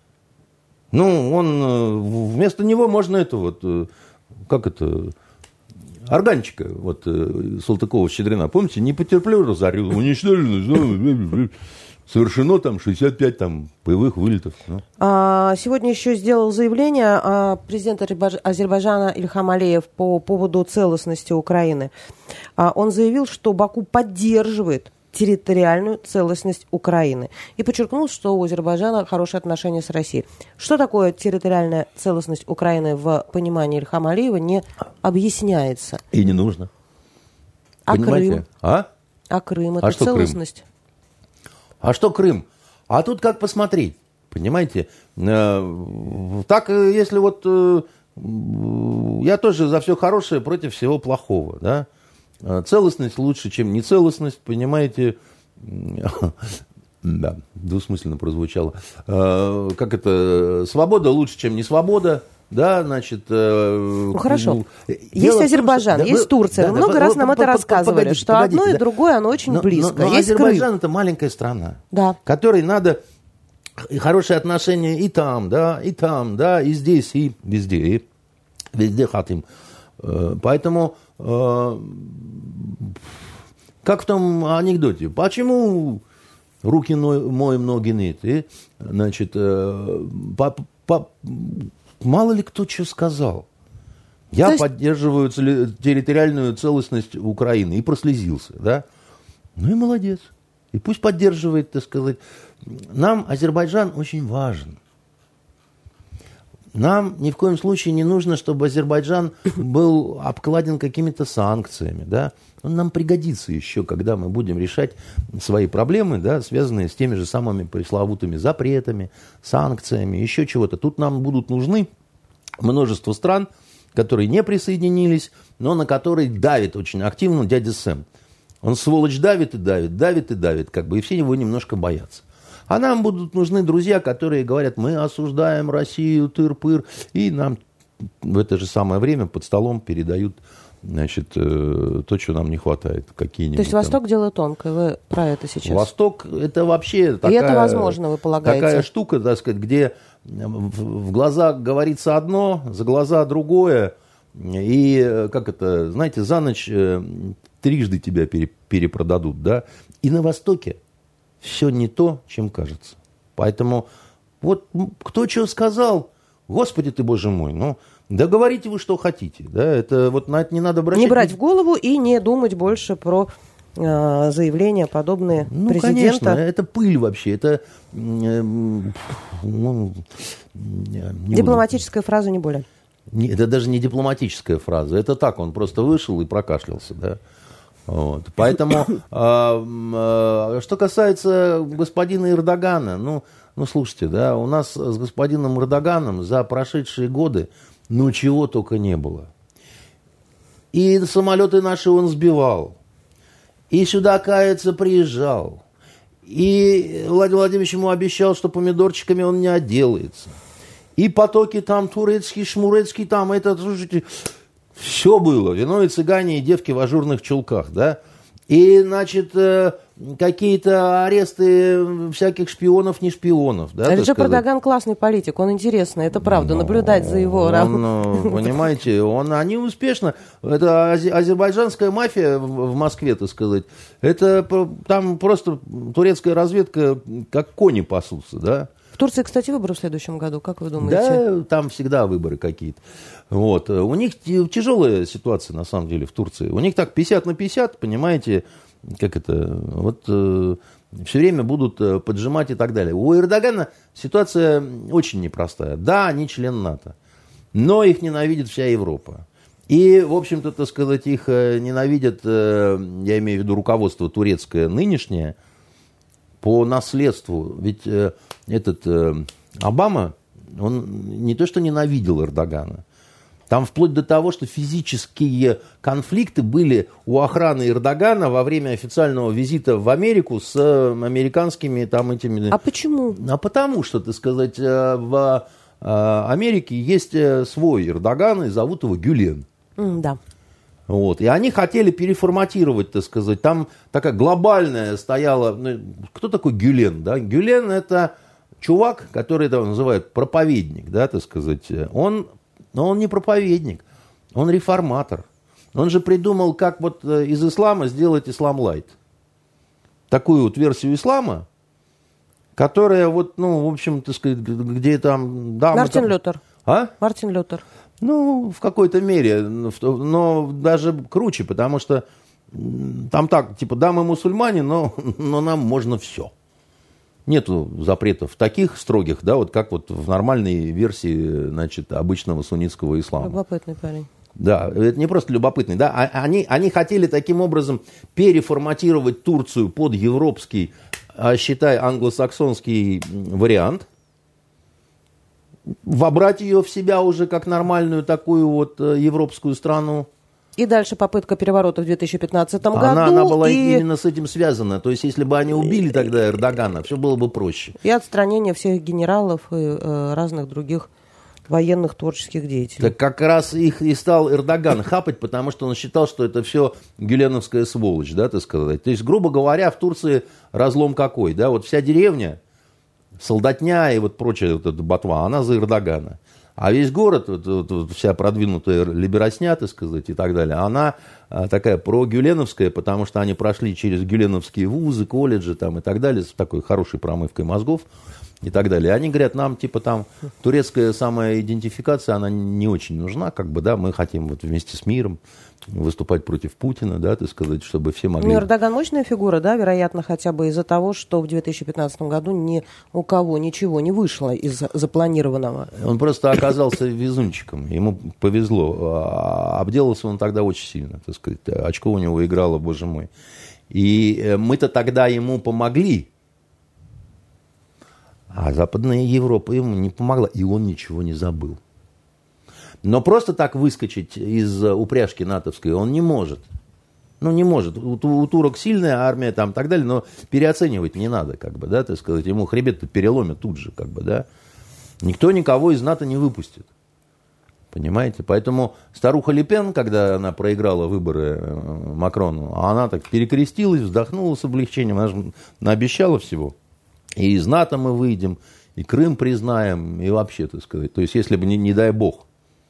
Ну, он, вместо него можно это вот, как это, органчика, вот, Салтыкова-Щедрина, помните, не потерплю, разорю, уничтожено, совершено там шестьдесят пять там боевых вылетов. Ну. А, сегодня еще сделал заявление а, президент Азербайджана Ильхам Алиев по поводу целостности Украины. А, он заявил, что Баку поддерживает территориальную целостность Украины. И подчеркнул, что у Азербайджана хорошие отношения с Россией. Что такое территориальная целостность Украины в понимании Ильхама Алиева, не объясняется. И не нужно. А Понимаете? Крым? А? А Крым, это а что целостность? Крым? А что Крым? А тут как посмотреть? Понимаете? Так, если вот... Я тоже за все хорошее против всего плохого, да? Целостность лучше, чем нецелостность, понимаете? Да, двусмысленно прозвучало. Как это? Свобода лучше, чем не свобода. Да, значит... Ну, хорошо. Есть Азербайджан, том, есть да, Турция. Да, Вы много да, раз да, нам это рассказывали, погодите, что погодите, одно да. и другое, оно очень но, близко. Но, но есть Азербайджан Крым. Это маленькая страна, да. которой надо хорошие отношения и там, да, и там, да, и здесь, и везде. И везде хотим. Поэтому, как в том анекдоте, почему руки моем, ноги нет? И, значит, по, по, мало ли кто что сказал. Я есть... поддерживаю территориальную целостность Украины. И прослезился, да? Ну и молодец. И пусть поддерживает, так сказать. Нам Азербайджан очень важен. Нам ни в коем случае не нужно, чтобы Азербайджан был обкладен какими-то санкциями, да? Он нам пригодится еще, когда мы будем решать свои проблемы, да, связанные с теми же самыми пресловутыми запретами, санкциями, еще чего-то. Тут нам будут нужны множество стран, которые не присоединились, но на которые давит очень активно дядя Сэм. Он, сволочь, давит и давит, давит и давит, как бы, и все его немножко боятся. А нам будут нужны друзья, которые говорят, мы осуждаем Россию, тыр-пыр, и нам в это же самое время под столом передают, значит, то, что нам не хватает. Какие-нибудь то есть там... Восток дело тонкое, вы про это сейчас? Восток это вообще такая, и это возможно, вы полагаете? Такая штука, так сказать, где в глаза говорится одно, за глаза другое, и, как это, знаете, за ночь трижды тебя перепродадут, да, и на Востоке все не то, чем кажется. Поэтому вот кто что сказал, Господи ты, Боже мой, ну, да говорите вы, что хотите, да, это вот на это не надо брать. Не брать в голову и не думать больше про э, заявления подобные ну, президента. Конечно, это пыль вообще, это... Э, ну, дипломатическая буду. Фраза, не более. Не, это даже не дипломатическая фраза, это так, он просто вышел и прокашлялся, да. Вот. Поэтому, э, э, что касается господина Эрдогана, ну, ну, слушайте, да, у нас с господином Эрдоганом за прошедшие годы, ну, чего только не было. И самолеты наши он сбивал, и сюда, каяться, приезжал, и Владимир Владимирович ему обещал, что помидорчиками он не отделается. И потоки там турецкие, шмурецкие, там это, слушайте, все было. Вино и цыгане, и девки в ажурных чулках, да. И, значит, какие-то аресты всяких шпионов, не шпионов. Да, Реджеп Эрдоган классный политик, он интересный, это правда, ну, наблюдать за его... Он, ну, понимаете, он, они успешно... Это азербайджанская мафия в Москве, так сказать, это там просто турецкая разведка, как кони пасутся, да. В Турции, кстати, выборы в следующем году, как вы думаете? Да, там всегда выборы какие-то. Вот. У них тяжелая ситуация, на самом деле, в Турции. У них так пятьдесят на пятьдесят, понимаете, как это, вот э, все время будут поджимать и так далее. У Эрдогана ситуация очень непростая. Да, они член НАТО, но их ненавидит вся Европа. И, в общем-то, так сказать, их ненавидят, э, я имею в виду руководство турецкое нынешнее, по наследству. Ведь э, этот э, Обама, он не то что ненавидел Эрдогана, там вплоть до того, что физические конфликты были у охраны Эрдогана во время официального визита в Америку с американскими там этими... А почему? А потому что, так сказать, в Америке есть свой Эрдоган, и зовут его Гюлен. Mm, да. Вот. И они хотели переформатировать, так сказать. Там такая глобальная стояла... Ну, кто такой Гюлен? Да? Гюлен – это чувак, который там называют проповедник, да, так сказать. Он, но он не проповедник, он реформатор. Он же придумал, как вот из ислама сделать ислам лайт. Такую вот версию ислама, которая вот, ну, в общем, так сказать, где там... Да, Мартин там... Лютер. А? Мартин Лютер. Ну, в какой-то мере, но даже круче, потому что там так, типа, да, мы мусульмане, но, но нам можно все. Нету запретов таких строгих, да, вот как вот в нормальной версии, значит, обычного суннитского ислама. Любопытный парень. Да, это не просто любопытный, да, они, они хотели таким образом переформатировать Турцию под европский, а считай, англосаксонский вариант, вобрать ее в себя уже как нормальную такую вот европскую страну. И дальше попытка переворота в две тысячи пятнадцатом году. Она, она была и... именно с этим связана. То есть, если бы они убили тогда Эрдогана, все было бы проще. И отстранение всех генералов и э, разных других военных творческих деятелей. Так как раз их и стал Эрдоган хапать, потому что он считал, что это все гюленовская сволочь, да, так сказать. То есть, грубо говоря, в Турции разлом какой, да, вот вся деревня, солдатня и вот прочая вот эта ботва, она за Эрдогана. А весь город, вот, вот, вот, вся продвинутая либерасня, так сказать, и так далее, она а, такая прогюленовская, потому что они прошли через гюленовские вузы, колледжи там, и так далее, с такой хорошей промывкой мозгов и так далее. И они говорят, нам типа там турецкая самая идентификация, она не очень нужна, как бы, да, мы хотим вот вместе с миром выступать против Путина, да, так сказать, чтобы все могли... Ну, Эрдоган мощная фигура, да, вероятно, хотя бы из-за того, что в две тысячи пятнадцатом году ни у кого ничего не вышло из запланированного. Он просто оказался везунчиком, ему повезло. Обделался он тогда очень сильно, так сказать, очко у него играло, боже мой. И мы-то тогда ему помогли, а Западная Европа ему не помогла, и он ничего не забыл. Но просто так выскочить из упряжки натовской он не может. Ну, не может. У, у турок сильная армия, там, так далее, но переоценивать не надо, как бы, да, так сказать. Ему хребет-то переломят тут же, как бы, да. Никто никого из НАТО не выпустит. Понимаете? Поэтому старуха Ле Пен, когда она проиграла выборы Макрону, она так перекрестилась, вздохнула с облегчением. Она же наобещала всего. И из НАТО мы выйдем, и Крым признаем, и вообще, так сказать. То есть, если бы, не, не дай бог,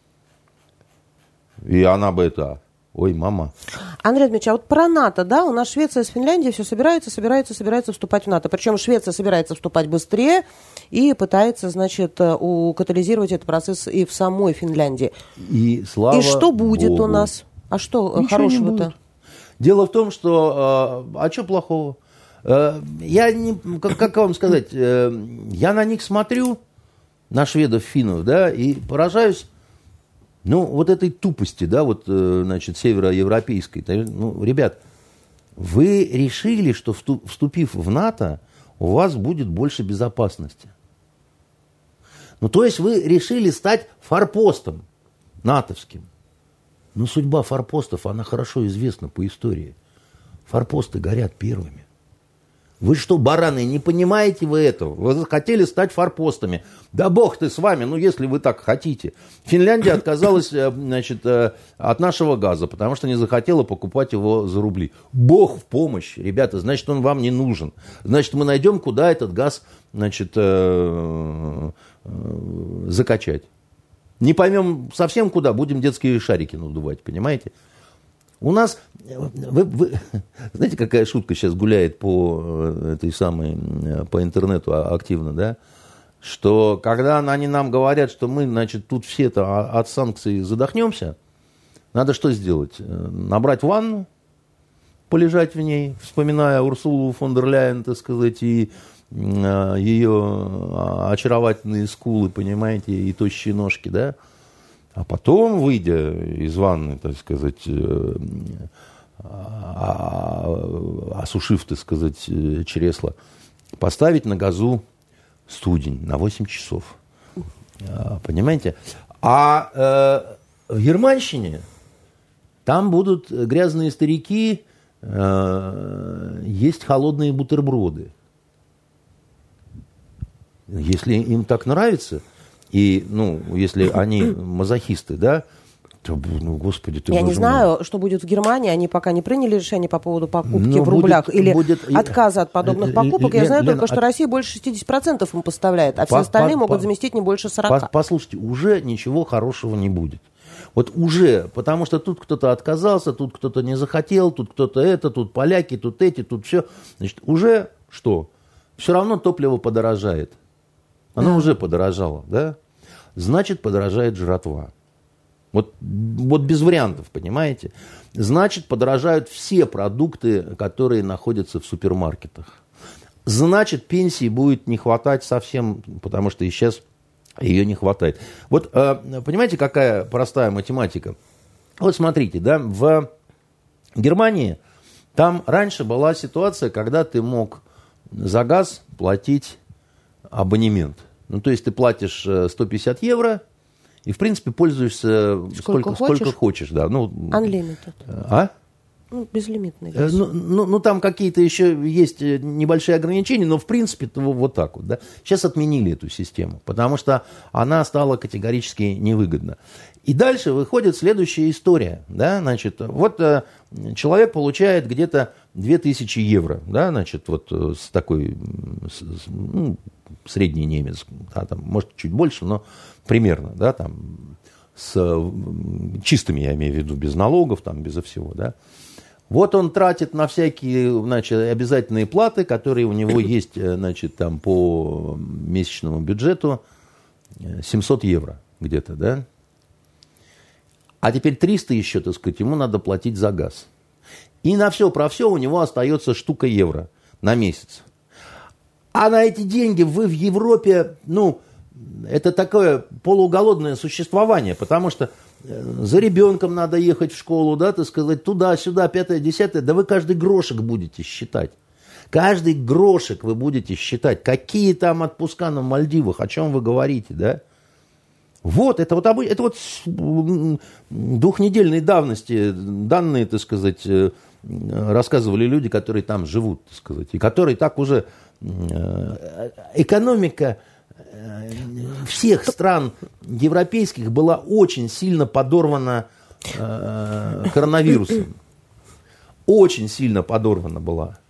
и она бы это... Ой, мама. Андрей Дмитриевич, а вот про НАТО, да, у нас Швеция с Финляндией все собираются, собираются, собираются вступать в НАТО. Причем Швеция собирается вступать быстрее и пытается, значит, катализировать этот процесс и в самой Финляндии. И слава И что будет Богу. У нас? А что Ничего хорошего-то? Дело в том, что... А что плохого? Я не... Как, как вам сказать? Я на них смотрю, на шведов, финнов, да, и поражаюсь... Ну, вот этой тупости, да, вот, значит, североевропейской. Ну, ребят, вы решили, что вступив в НАТО, у вас будет больше безопасности. Ну, то есть вы решили стать форпостом натовским. Но судьба форпостов, она хорошо известна по истории. Форпосты горят первыми. Вы что, бараны, не понимаете вы этого? Вы хотели стать форпостами. Да бог ты с вами, ну если вы так хотите. Финляндия отказалась, значит, от нашего газа, потому что не захотела покупать его за рубли. Бог в помощь, ребята, значит, он вам не нужен. Значит, мы найдем, куда этот газ, значит, закачать. Не поймем совсем куда, будем детские шарики надувать, понимаете? У нас, вы, вы, знаете, какая шутка сейчас гуляет по этой самой, по интернету активно, да? Что когда они нам говорят, что мы, значит, тут все-то от санкций задохнемся, надо что сделать? Набрать ванну, полежать в ней, вспоминая Урсулу фон дер Ляйен, так сказать, и ее очаровательные скулы, понимаете, и тощие ножки, да? А потом, выйдя из ванны, так сказать, осушив, так сказать, чресло, поставить на газу студень на восемь часов. Понимаете? А э, в Германщине там будут грязные старики э, есть холодные бутерброды. Если им так нравится... И, ну, если они мазохисты, да, то, ну, господи, ты, Я не мой. знаю, что будет в Германии. Они пока не приняли решение по поводу покупки Но в рублях будет, или будет... отказа от подобных покупок. Я Лен, знаю Лен, только, что от... Россия больше шестьдесят процентов им поставляет, а все по, остальные по, могут по, заместить не больше сорок процентов. Послушайте, уже ничего хорошего не будет. Вот уже, потому что тут кто-то отказался, тут кто-то не захотел, тут кто-то это, тут поляки, тут эти, тут все. Значит, уже что? Все равно топливо подорожает. Оно да. уже подорожало, да? Значит, подорожает жратва. Вот, вот без вариантов, понимаете? Значит, подорожают все продукты, которые находятся в супермаркетах. Значит, пенсии будет не хватать совсем, потому что и сейчас ее не хватает. Вот, понимаете, какая простая математика? Вот смотрите, да, в Германии там раньше была ситуация, когда ты мог за газ платить абонемент. Ну, то есть ты платишь сто пятьдесят евро и, в принципе, пользуешься сколько, сколько, хочешь? сколько хочешь. Да. Ну, Unlimited. А? Ну, безлимитный. Э, ну, ну, ну, там какие-то еще есть небольшие ограничения, но, в принципе, вот так вот. Да. Сейчас отменили эту систему, потому что она стала категорически невыгодна. И дальше выходит следующая история. Да, значит, вот э, человек получает где-то две тысячи евро, да, значит, вот с такой, с, ну, средний немец, да, там, может, чуть больше, но примерно, да, там, с чистыми, я имею в виду, без налогов, там, безо всего, да. Вот он тратит на всякие, значит, обязательные платы, которые у него есть, значит, там, по месячному бюджету семьсот евро где-то, да. А теперь триста еще, так сказать, ему надо платить за газ. И на все про все у него остается штука евро на месяц. А на эти деньги вы в Европе, ну, это такое полуголодное существование, потому что за ребенком надо ехать в школу, да, так сказать, туда-сюда, пятое, десятое, да вы каждый грошек будете считать. Каждый грошек вы будете считать. Какие там отпуска на Мальдивах, о чем вы говорите, да? Вот, это вот, это вот двухнедельной давности данные, так сказать, рассказывали люди, которые там живут, так сказать, и которые так уже... Экономика всех стран европейских была очень сильно подорвана э, коронавирусом. Очень сильно подорвана была.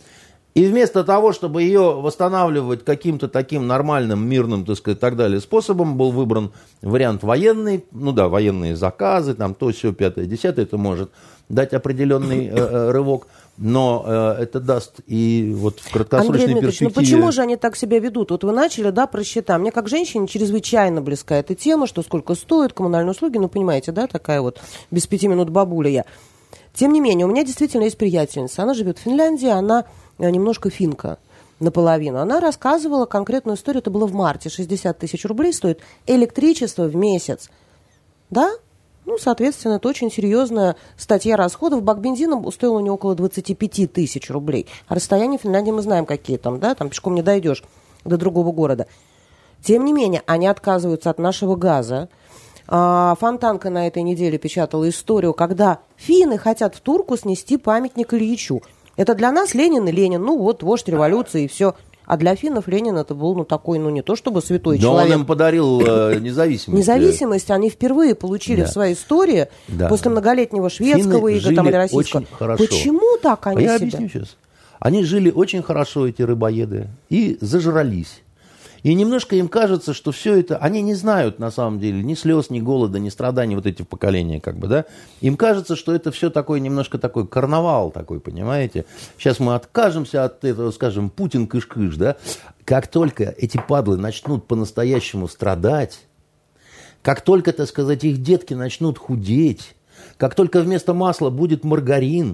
И вместо того, чтобы ее восстанавливать каким-то таким нормальным, мирным, так сказать, так далее способом, был выбран вариант военный. Ну да, военные заказы, там то, сё, пятое, десятое, это может дать определенный э, рывок. Но э, это даст и вот в краткосрочной Андрей Дмитриевич, перспективе... ну почему же они так себя ведут? Вот вы начали, да, про счета. Мне как женщине чрезвычайно близка эта тема, что сколько стоит коммунальные услуги. Ну, понимаете, да, такая вот без пяти минут бабуля я. Тем не менее, у меня действительно есть приятельница. Она живет в Финляндии, она немножко финка наполовину. Она рассказывала конкретную историю, это было в марте, шестьдесят тысяч рублей стоит электричество в месяц. Да? Ну, соответственно, это очень серьезная статья расходов. Бак бензина стоил у нее около двадцать пять тысяч рублей. А расстояние в Финляндии мы знаем, какие там, да, там пешком не дойдешь до другого города. Тем не менее, они отказываются от нашего газа. А, Фонтанка на этой неделе печатала историю, когда финны хотят в Турку снести памятник Ильичу. Это для нас Ленин и Ленин, ну вот, вождь революции и все. А для финнов Ленин это был, ну, такой, ну, не то чтобы святой Но человек. он им подарил э, независимость. Независимость они впервые получили да. в своей истории да. после многолетнего шведского ига там, или российского. Почему так они а я себя? объясню сейчас. Они жили очень хорошо, эти рыбоеды, и зажрались. И немножко им кажется, что все это... Они не знают, на самом деле, ни слез, ни голода, ни страданий вот эти поколения, как бы, да. Им кажется, что это все такой, немножко такой карнавал такой, понимаете. Сейчас мы откажемся от этого, скажем, Путин кыш-кыш, да. Как только эти падлы начнут по-настоящему страдать, как только, так сказать, их детки начнут худеть, как только вместо масла будет маргарин,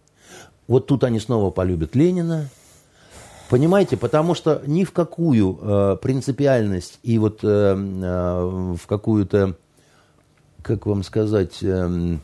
вот тут они снова полюбят Ленина. Понимаете, потому что ни в какую э, принципиальность и вот э, э, в какую-то, как вам сказать, э,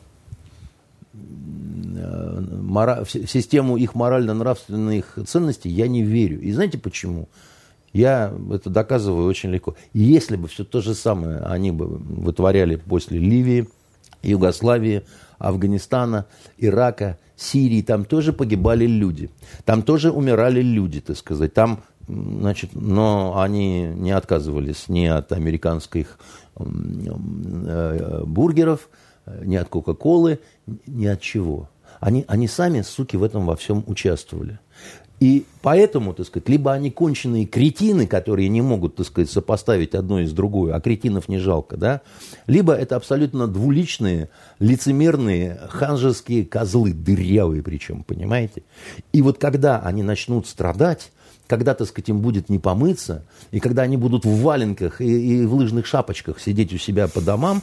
э, мора, в систему их морально-нравственных ценностей я не верю. И знаете почему? Я это доказываю очень легко. Если бы все то же самое они бы вытворяли после Ливии, Югославии, Афганистана, Ирака, Сирии, там тоже погибали люди. Там тоже умирали люди, так сказать. Там, значит, но они не отказывались ни от американских бургеров, ни от Кока-Колы, ни от чего. Они, они сами, суки, в этом во всем участвовали. И поэтому, так сказать, либо они конченые кретины, которые не могут, так сказать, сопоставить одно и с другой, а кретинов не жалко, да, либо это абсолютно двуличные, лицемерные, ханжеские козлы, дырявые причем, понимаете? И вот когда они начнут страдать, когда, так сказать, им будет не помыться, и когда они будут в валенках и, и в лыжных шапочках сидеть у себя по домам,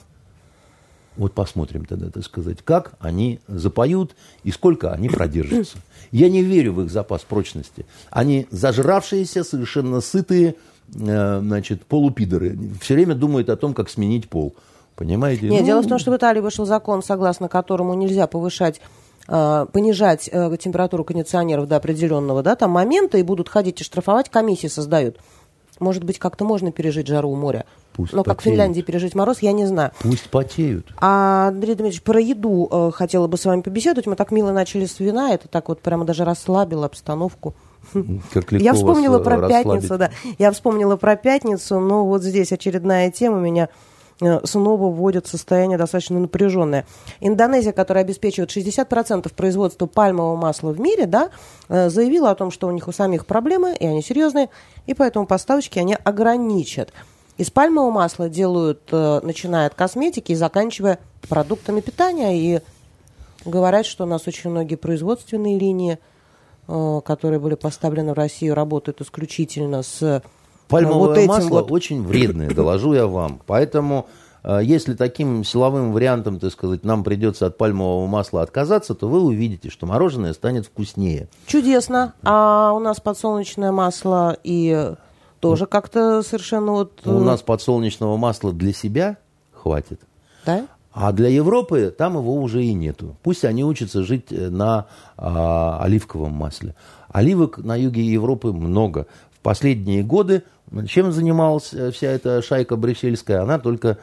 вот посмотрим тогда, так сказать, как они запоют и сколько они продержатся. Я не верю в их запас прочности. Они зажравшиеся, совершенно сытые, э, значит, полупидоры. Все время думают о том, как сменить пол. Понимаете? Нет, ну, дело в том, что в Италии вышел закон, согласно которому нельзя повышать, э, понижать э, температуру кондиционеров до определенного, да, там момента, и будут ходить и штрафовать, комиссии создают. Может быть, как-то можно пережить жару у моря. Пусть Но потеют. как в Финляндии пережить мороз, я не знаю. Пусть потеют. А, Андрей Дмитриевич, про еду э, хотела бы с вами побеседовать. Мы так мило начали с вина, это так вот прямо даже расслабило обстановку. Как легко Я вспомнила вас про расслабить. пятницу, да. Я вспомнила про пятницу, но вот здесь очередная тема меня э, снова вводит в состояние достаточно напряженное. Индонезия, которая обеспечивает шестьдесят процентов производства пальмового масла в мире, да, э, заявила о том, что у них у самих проблемы, и они серьезные, и поэтому поставочки они ограничат. Из пальмового масла делают, э, начиная от косметики и заканчивая продуктами питания. И говорят, что у нас очень многие производственные линии, э, которые были поставлены в Россию, работают исключительно с Пальмовое вот этим масло вот. очень вредное, доложу я вам. Поэтому, э, если таким силовым вариантом, так сказать, нам придется от пальмового масла отказаться, то вы увидите, что мороженое станет вкуснее. Чудесно. А у нас подсолнечное масло и... Тоже как-то совершенно вот... У нас подсолнечного масла для себя хватит. Да? А для Европы там его уже и нету. Пусть они учатся жить на а, оливковом масле. Оливок на юге Европы много. В последние годы чем занималась вся эта шайка брюссельская? Она только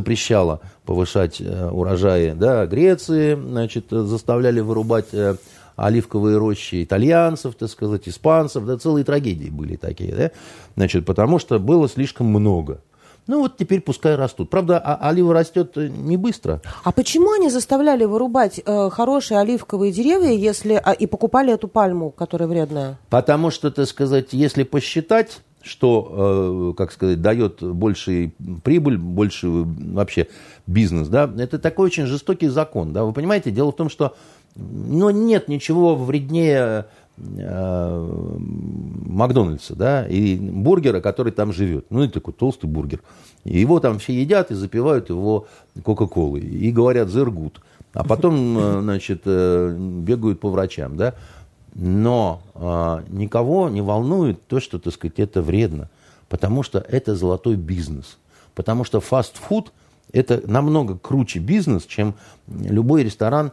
запрещала повышать урожаи, да, Греции, значит, заставляли вырубать оливковые рощи итальянцев, так сказать, испанцев, да, целые трагедии были такие, да, значит, потому что было слишком много. Ну вот теперь пускай растут. Правда, олива растет не быстро. А почему они заставляли вырубать э, хорошие оливковые деревья, если а, и покупали эту пальму, которая вредная? Потому что, так сказать, если посчитать, что, э, как сказать, дает большую прибыль, больше вообще бизнес, да, это такой очень жестокий закон, да, вы понимаете, дело в том, что, ну, нет ничего вреднее э, Макдональдса, да, и бургера, который там живет, ну, это такой толстый бургер, и его там все едят и запивают его кока-колой, и говорят «зер гуд», а потом, значит, бегают по врачам, да. Но э, никого не волнует то, что, так сказать, это вредно, потому что это золотой бизнес. Потому что фастфуд – это намного круче бизнес, чем любой ресторан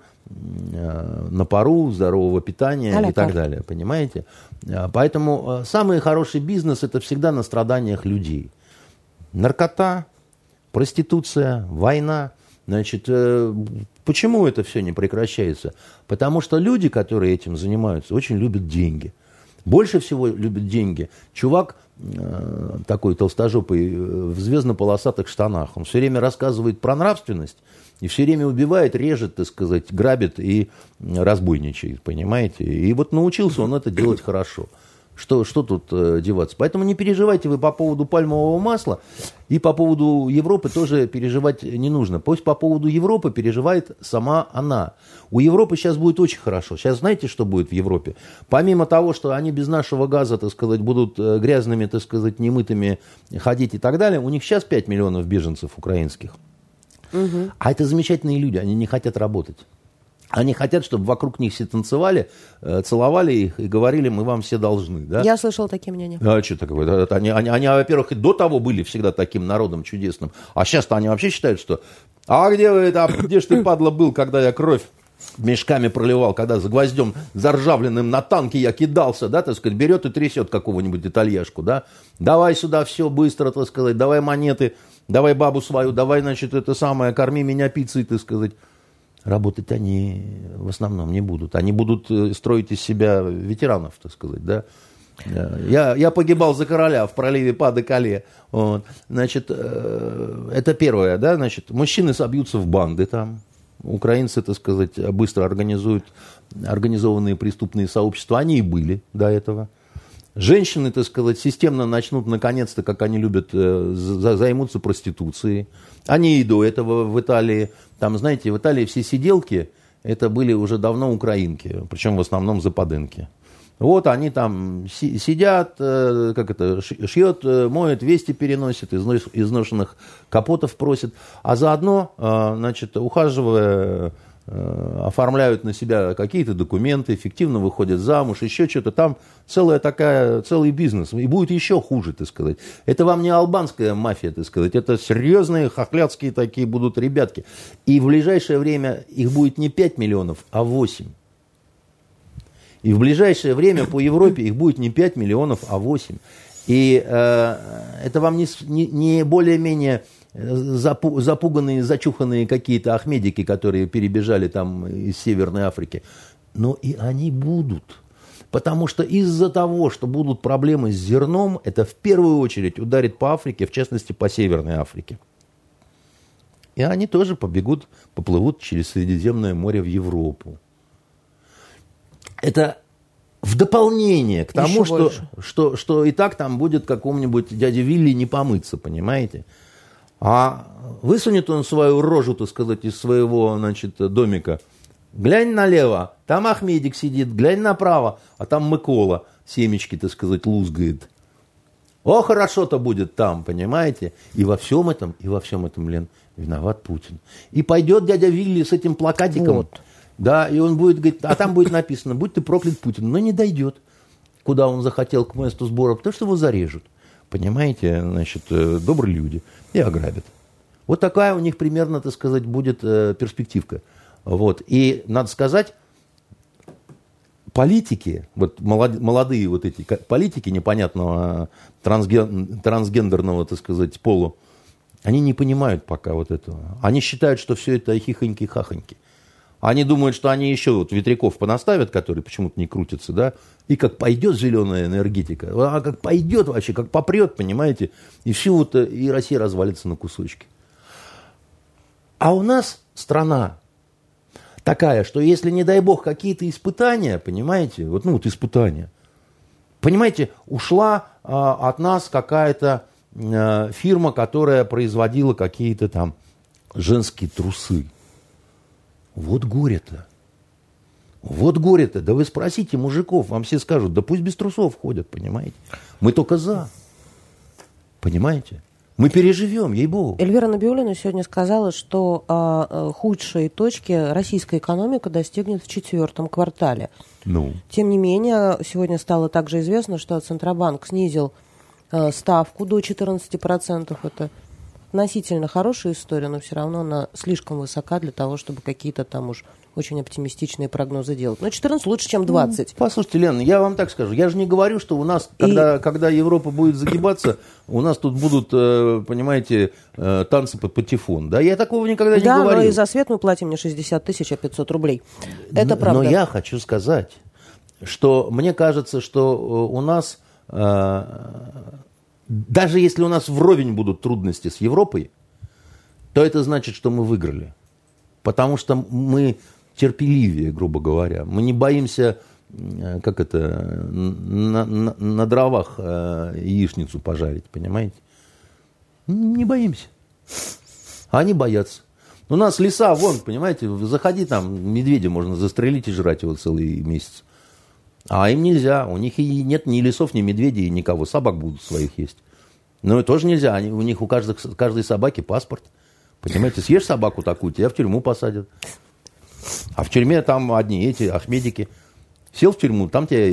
э, на пару, здорового питания а-ля и так далее, понимаете? Поэтому э, самый хороший бизнес – это всегда на страданиях людей. Наркота, проституция, война. Значит, э, почему это все не прекращается? Потому что люди, которые этим занимаются, очень любят деньги. Больше всего любят деньги чувак э, такой толстожопый в звездно-полосатых штанах. Он все время рассказывает про нравственность и все время убивает, режет, так сказать, грабит и разбойничает, понимаете? И вот научился он это делать хорошо. Что, что тут э, деваться? Поэтому не переживайте вы по поводу пальмового масла, и по поводу Европы тоже переживать не нужно. Пусть по поводу Европы переживает сама она. У Европы сейчас будет очень хорошо. Сейчас знаете, что будет в Европе? Помимо того, что они без нашего газа, так сказать, будут грязными, так сказать, немытыми ходить и так далее, у них сейчас пять миллионов беженцев украинских. Угу. А это замечательные люди, они не хотят работать. Они хотят, чтобы вокруг них все танцевали, целовали их и говорили, мы вам все должны. Да? Я слышала такие мнения. А что такое? Они, они, они, во-первых, и до того были всегда таким народом чудесным. А сейчас-то они вообще считают, что... А где вы это, где ж ты, падла, был, когда я кровь мешками проливал, когда за гвоздем заржавленным на танке я кидался, да, так сказать, берет и трясет какого-нибудь итальяшку, да? Давай сюда все быстро, так сказать, давай монеты, давай бабу свою, давай, значит, это самое, корми меня пиццей, так сказать. Работать они в основном не будут. Они будут строить из себя ветеранов, так сказать, да. Я, я погибал за короля в проливе Па-де-Кале. Вот. Значит, это первое, да, значит, мужчины собьются в банды там. Украинцы, так сказать, быстро организуют организованные преступные сообщества. Они и были до этого. Женщины, так сказать, системно начнут, наконец-то, как они любят, займутся проституцией. Они и до этого в Италии, там, знаете, в Италии все сиделки, это были уже давно украинки, причем в основном западенки. Вот они там си- сидят, э, как это, шьет, моет, вести переносит, из изношенных капотов просит, а заодно, э, значит, ухаживая, э, оформляют на себя какие-то документы, эффективно выходят замуж, еще что-то. Там целая такая, целый бизнес. И будет еще хуже, так сказать. Это вам не албанская мафия, так сказать. Это серьезные хохлядские такие будут ребятки. И в ближайшее время их будет не пять миллионов, а восемь. И в ближайшее время по Европе их будет не пять миллионов, а восемь. И э, это вам не, не, не более-менее запу, запуганные, зачуханные какие-то ахмедики, которые перебежали там из Северной Африки. Но и они будут. Потому что из-за того, что будут проблемы с зерном, это в первую очередь ударит по Африке, в частности по Северной Африке. И они тоже побегут, поплывут через Средиземное море в Европу. Это в дополнение к тому, что, что, что и так там будет какому-нибудь дяде Вилли не помыться, понимаете? А высунет он свою рожу, так сказать, из своего, значит, домика. Глянь налево, там Ахмедик сидит, глянь направо, а там Микола семечки, так сказать, лузгает. О, хорошо-то будет там, понимаете? И во всем этом, и во всем этом, Лен, виноват Путин. И пойдет дядя Вилли с этим плакатиком. Вот. Да, и он будет говорить, а там будет написано, будь ты проклят Путин. Но не дойдет, куда он захотел, к месту сбора, потому что его зарежут. Понимаете, значит, добрые люди и ограбят. Вот такая у них примерно, так сказать, будет перспективка. Вот. И надо сказать, политики, вот молодые вот эти политики непонятного трансген, трансгендерного, так сказать, полу, они не понимают пока вот этого. Они считают, что все это хихоньки-хахоньки. Они думают, что они еще вот ветряков понаставят, которые почему-то не крутятся, да, и как пойдет зеленая энергетика, а как пойдет вообще, как попрет, понимаете, и все вот, и Россия развалится на кусочки. А у нас страна такая, что если, не дай бог, какие-то испытания, понимаете, вот, ну вот испытания, понимаете, ушла а, от нас какая-то а, фирма, которая производила какие-то там женские трусы. Вот горе-то. Вот горе-то. Да вы спросите мужиков, вам все скажут, да пусть без трусов ходят, понимаете. Мы только за. Понимаете? Мы переживем, ей-богу. Эльвира Набиуллина сегодня сказала, что э, худшие точки российская экономика достигнет в четвертом квартале. Ну. Тем не менее, сегодня стало также известно, что Центробанк снизил э, ставку до четырнадцати процентов. Это относительно хорошая история, но все равно она слишком высока для того, чтобы какие-то там уж очень оптимистичные прогнозы делать. Но четырнадцать лучше, чем двадцать. Послушайте, Лена, я вам так скажу. Я же не говорю, что у нас, когда, и... когда Европа будет загибаться, у нас тут будут, понимаете, танцы под патефон. Да, я такого никогда не да, говорил. Да, но и за свет мы платим не шестьдесят тысяч, а пятьсот рублей. Это но, правда. Но я хочу сказать, что мне кажется, что у нас... Даже если у нас вровень будут трудности с Европой, то это значит, что мы выиграли. Потому что мы терпеливее, грубо говоря. Мы не боимся, как это, на, на, на дровах яичницу пожарить, понимаете? Не боимся. А они боятся. У нас леса, вон, понимаете, заходи там, медведя можно застрелить и жрать его целый месяц. А им нельзя. У них и нет ни лесов, ни медведей, никого. Собак будут своих есть. Но тоже нельзя. Они, у них у каждых, каждой собаки паспорт. Понимаете, съешь собаку такую, тебя в тюрьму посадят. А в тюрьме там одни эти ахмедики. Сел в тюрьму, там тебя,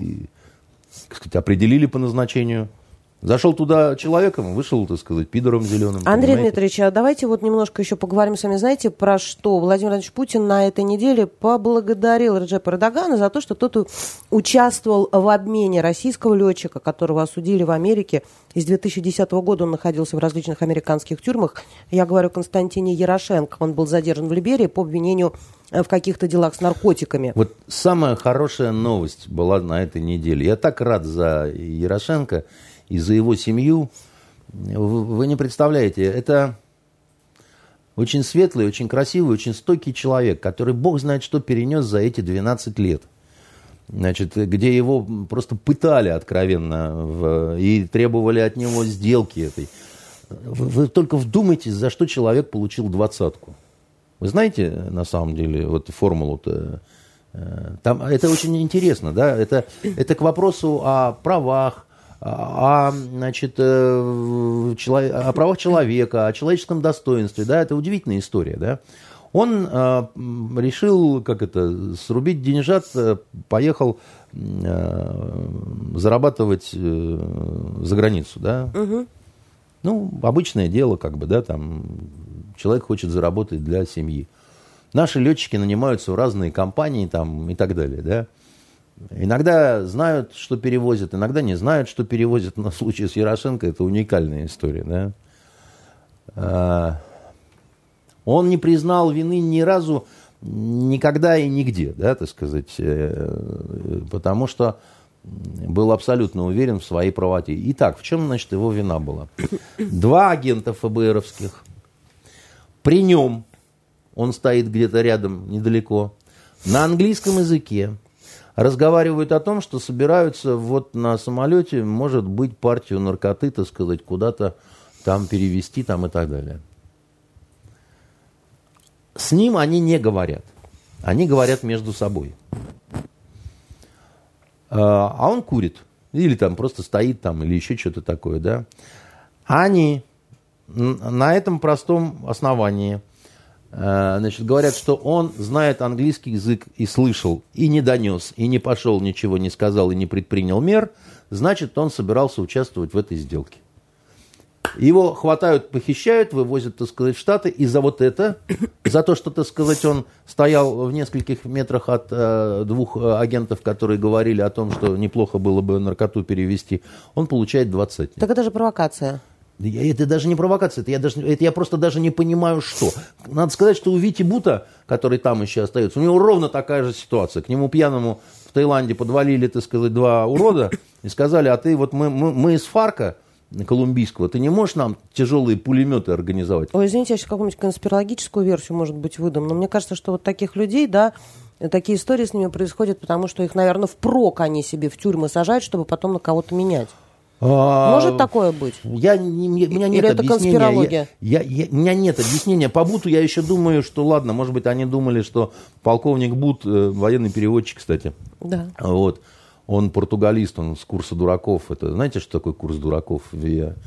так сказать, определили по назначению. Зашел туда человеком, вышел, так сказать, пидором зеленым. Андрей понимаете? Дмитриевич, а давайте вот немножко еще поговорим с вами, знаете, про что Владимир Владимирович Путин на этой неделе поблагодарил Реджепа Эрдогана за то, что тот участвовал в обмене российского летчика, которого осудили в Америке. И с две тысячи десятого года он находился в различных американских тюрьмах. Я говорю о Константине Ярошенко. Он был задержан в Либерии по обвинению в каких-то делах с наркотиками. Вот самая хорошая новость была на этой неделе. Я так рад за Ярошенко и за его семью. Вы не представляете, это очень светлый, очень красивый, очень стойкий человек, который бог знает что перенес за эти двенадцать лет. Значит, где его просто пытали откровенно в, и требовали от него сделки этой. Вы, вы только вдумайтесь, за что человек получил двадцатку. Вы знаете, на самом деле, вот формулу-то, там, это очень интересно, да, это, это к вопросу о правах, о, значит, о правах человека, о человеческом достоинстве, да, это удивительная история, да. Он э, решил, как это, срубить деньжат, поехал э, зарабатывать э, за границу, да. Угу. Ну, обычное дело, как бы, да, там, человек хочет заработать для семьи. Наши летчики нанимаются в разные компании, там, и так далее, да. Иногда знают, что перевозят, иногда не знают, что перевозят. Но в случае с Ярошенко это уникальная история, да. Он не признал вины ни разу, никогда и нигде, да, так сказать, потому что был абсолютно уверен в своей правоте. Итак, в чем, значит, его вина была? Два агента ФБРовских, при нем, он стоит где-то рядом, недалеко, на английском языке, разговаривают о том, что собираются вот на самолете, может быть, партию наркоты, так сказать, куда-то там перевезти там и так далее. С ним они не говорят. Они говорят между собой. А он курит. Или там просто стоит там, или еще что-то такое, да. Они на этом простом основании, значит, говорят, что он знает английский язык и слышал, и не донес, и не пошел, ничего не сказал, и не предпринял мер, значит, он собирался участвовать в этой сделке. Его хватают, похищают, вывозят, так сказать, в Штаты, и за вот это, за то, что, так сказать, он стоял в нескольких метрах от э, двух агентов, которые говорили о том, что неплохо было бы наркоту перевести, он получает двадцать. Так это же провокация. Это даже не провокация, это я, даже, это я просто даже не понимаю, что. Надо сказать, что у Вити Бута, который там еще остается, у него ровно такая же ситуация. К нему пьяному в Таиланде подвалили, так сказать, два урода и сказали, а ты вот мы, мы, мы из Фарка колумбийского, ты не можешь нам тяжелые пулеметы организовать? Ой, извините, я сейчас какую-нибудь конспирологическую версию, может быть, выдам, но мне кажется, что вот таких людей, да, такие истории с ними происходят, потому что их, наверное, впрок они себе в тюрьмы сажают, чтобы потом на кого-то менять. А, Может такое быть? Я, не, у меня нет Или это объяснения. конспирология? Я, я, я, у меня нет объяснения. По Буту я еще думаю, что ладно, может быть, они думали, что полковник Бут, э, военный переводчик, кстати, да. Вот, он португалист, он с курса дураков. Это, знаете, что такое курс дураков? Я...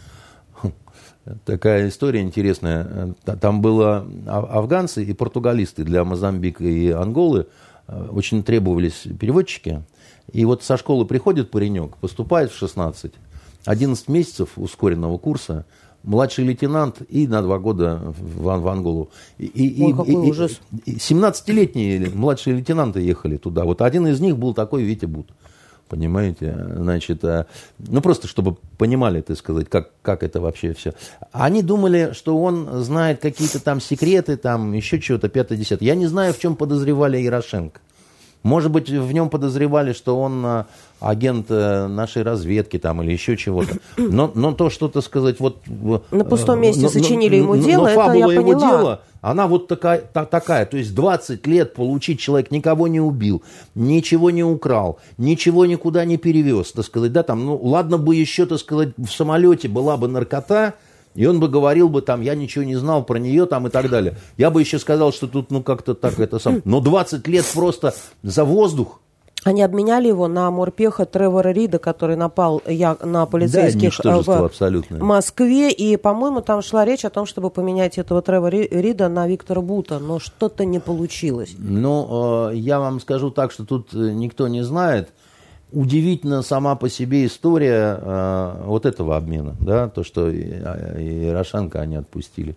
Такая история интересная. Там было афганцы и португалисты для Мозамбика и Анголы. Очень требовались переводчики. И вот со школы приходит паренек, поступает в шестнадцать, одиннадцать месяцев ускоренного курса, младший лейтенант и на два года в, в Анголу. И, Ой, и, какой и, ужас. И семнадцатилетние младшие лейтенанты ехали туда. Вот один из них был такой Витя Бут. Понимаете? Значит, ну просто чтобы понимали, так сказать, как, как это вообще все. Они думали, что он знает какие-то там секреты, там еще чего-то, пятое-десятое. Я не знаю, в чем подозревали Ярошенко. Может быть, в нем подозревали, что он агент нашей разведки там, или еще чего-то. Но, но то, что, так сказать, вот... На пустом месте но, сочинили но, ему дело, но, это я его поняла. Дела, она вот такая, та, такая. То есть двадцать лет получить человек никого не убил, ничего не украл, ничего никуда не перевез, так сказать. Да, там, ну, ладно бы еще, так сказать, в самолете была бы наркота, и он бы говорил бы, там, я ничего не знал про нее, там, и так далее. Я бы еще сказал, что тут, ну, как-то так это сам. Но двадцать лет просто за воздух. Они обменяли его на морпеха Тревора Рида, который напал я, на полицейских да, в абсолютное. Москве. И, по-моему, там шла речь о том, чтобы поменять этого Тревора Рида на Виктора Бута. Но что-то не получилось. Ну, я вам скажу так, что тут никто не знает. Удивительна сама по себе история э, вот этого обмена, да, то, что и, и Ярошенко они отпустили.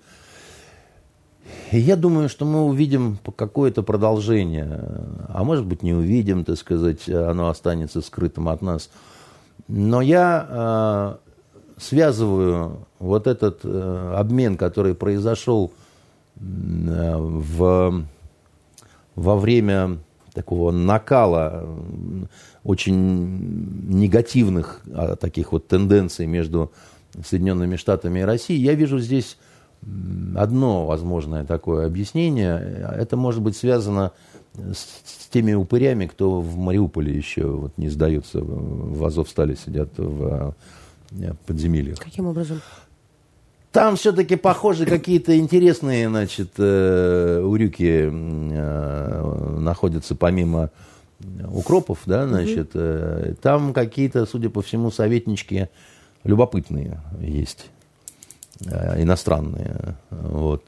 И я думаю, что мы увидим какое-то продолжение, а может быть не увидим, так сказать, оно останется скрытым от нас. Но я э, связываю вот этот э, обмен, который произошел э, в, во время такого накала очень негативных а, таких вот тенденций между Соединенными Штатами и Россией, я вижу здесь одно возможное такое объяснение. Это может быть связано с, с теми упырями, кто в Мариуполе еще вот не сдаются, в Азовстале сидят в подземельях. Каким образом? Там все-таки, похоже, какие-то интересные, значит, урюки находятся помимо укропов, да, значит, mm-hmm. там какие-то, судя по всему, советнички любопытные есть, иностранные, вот.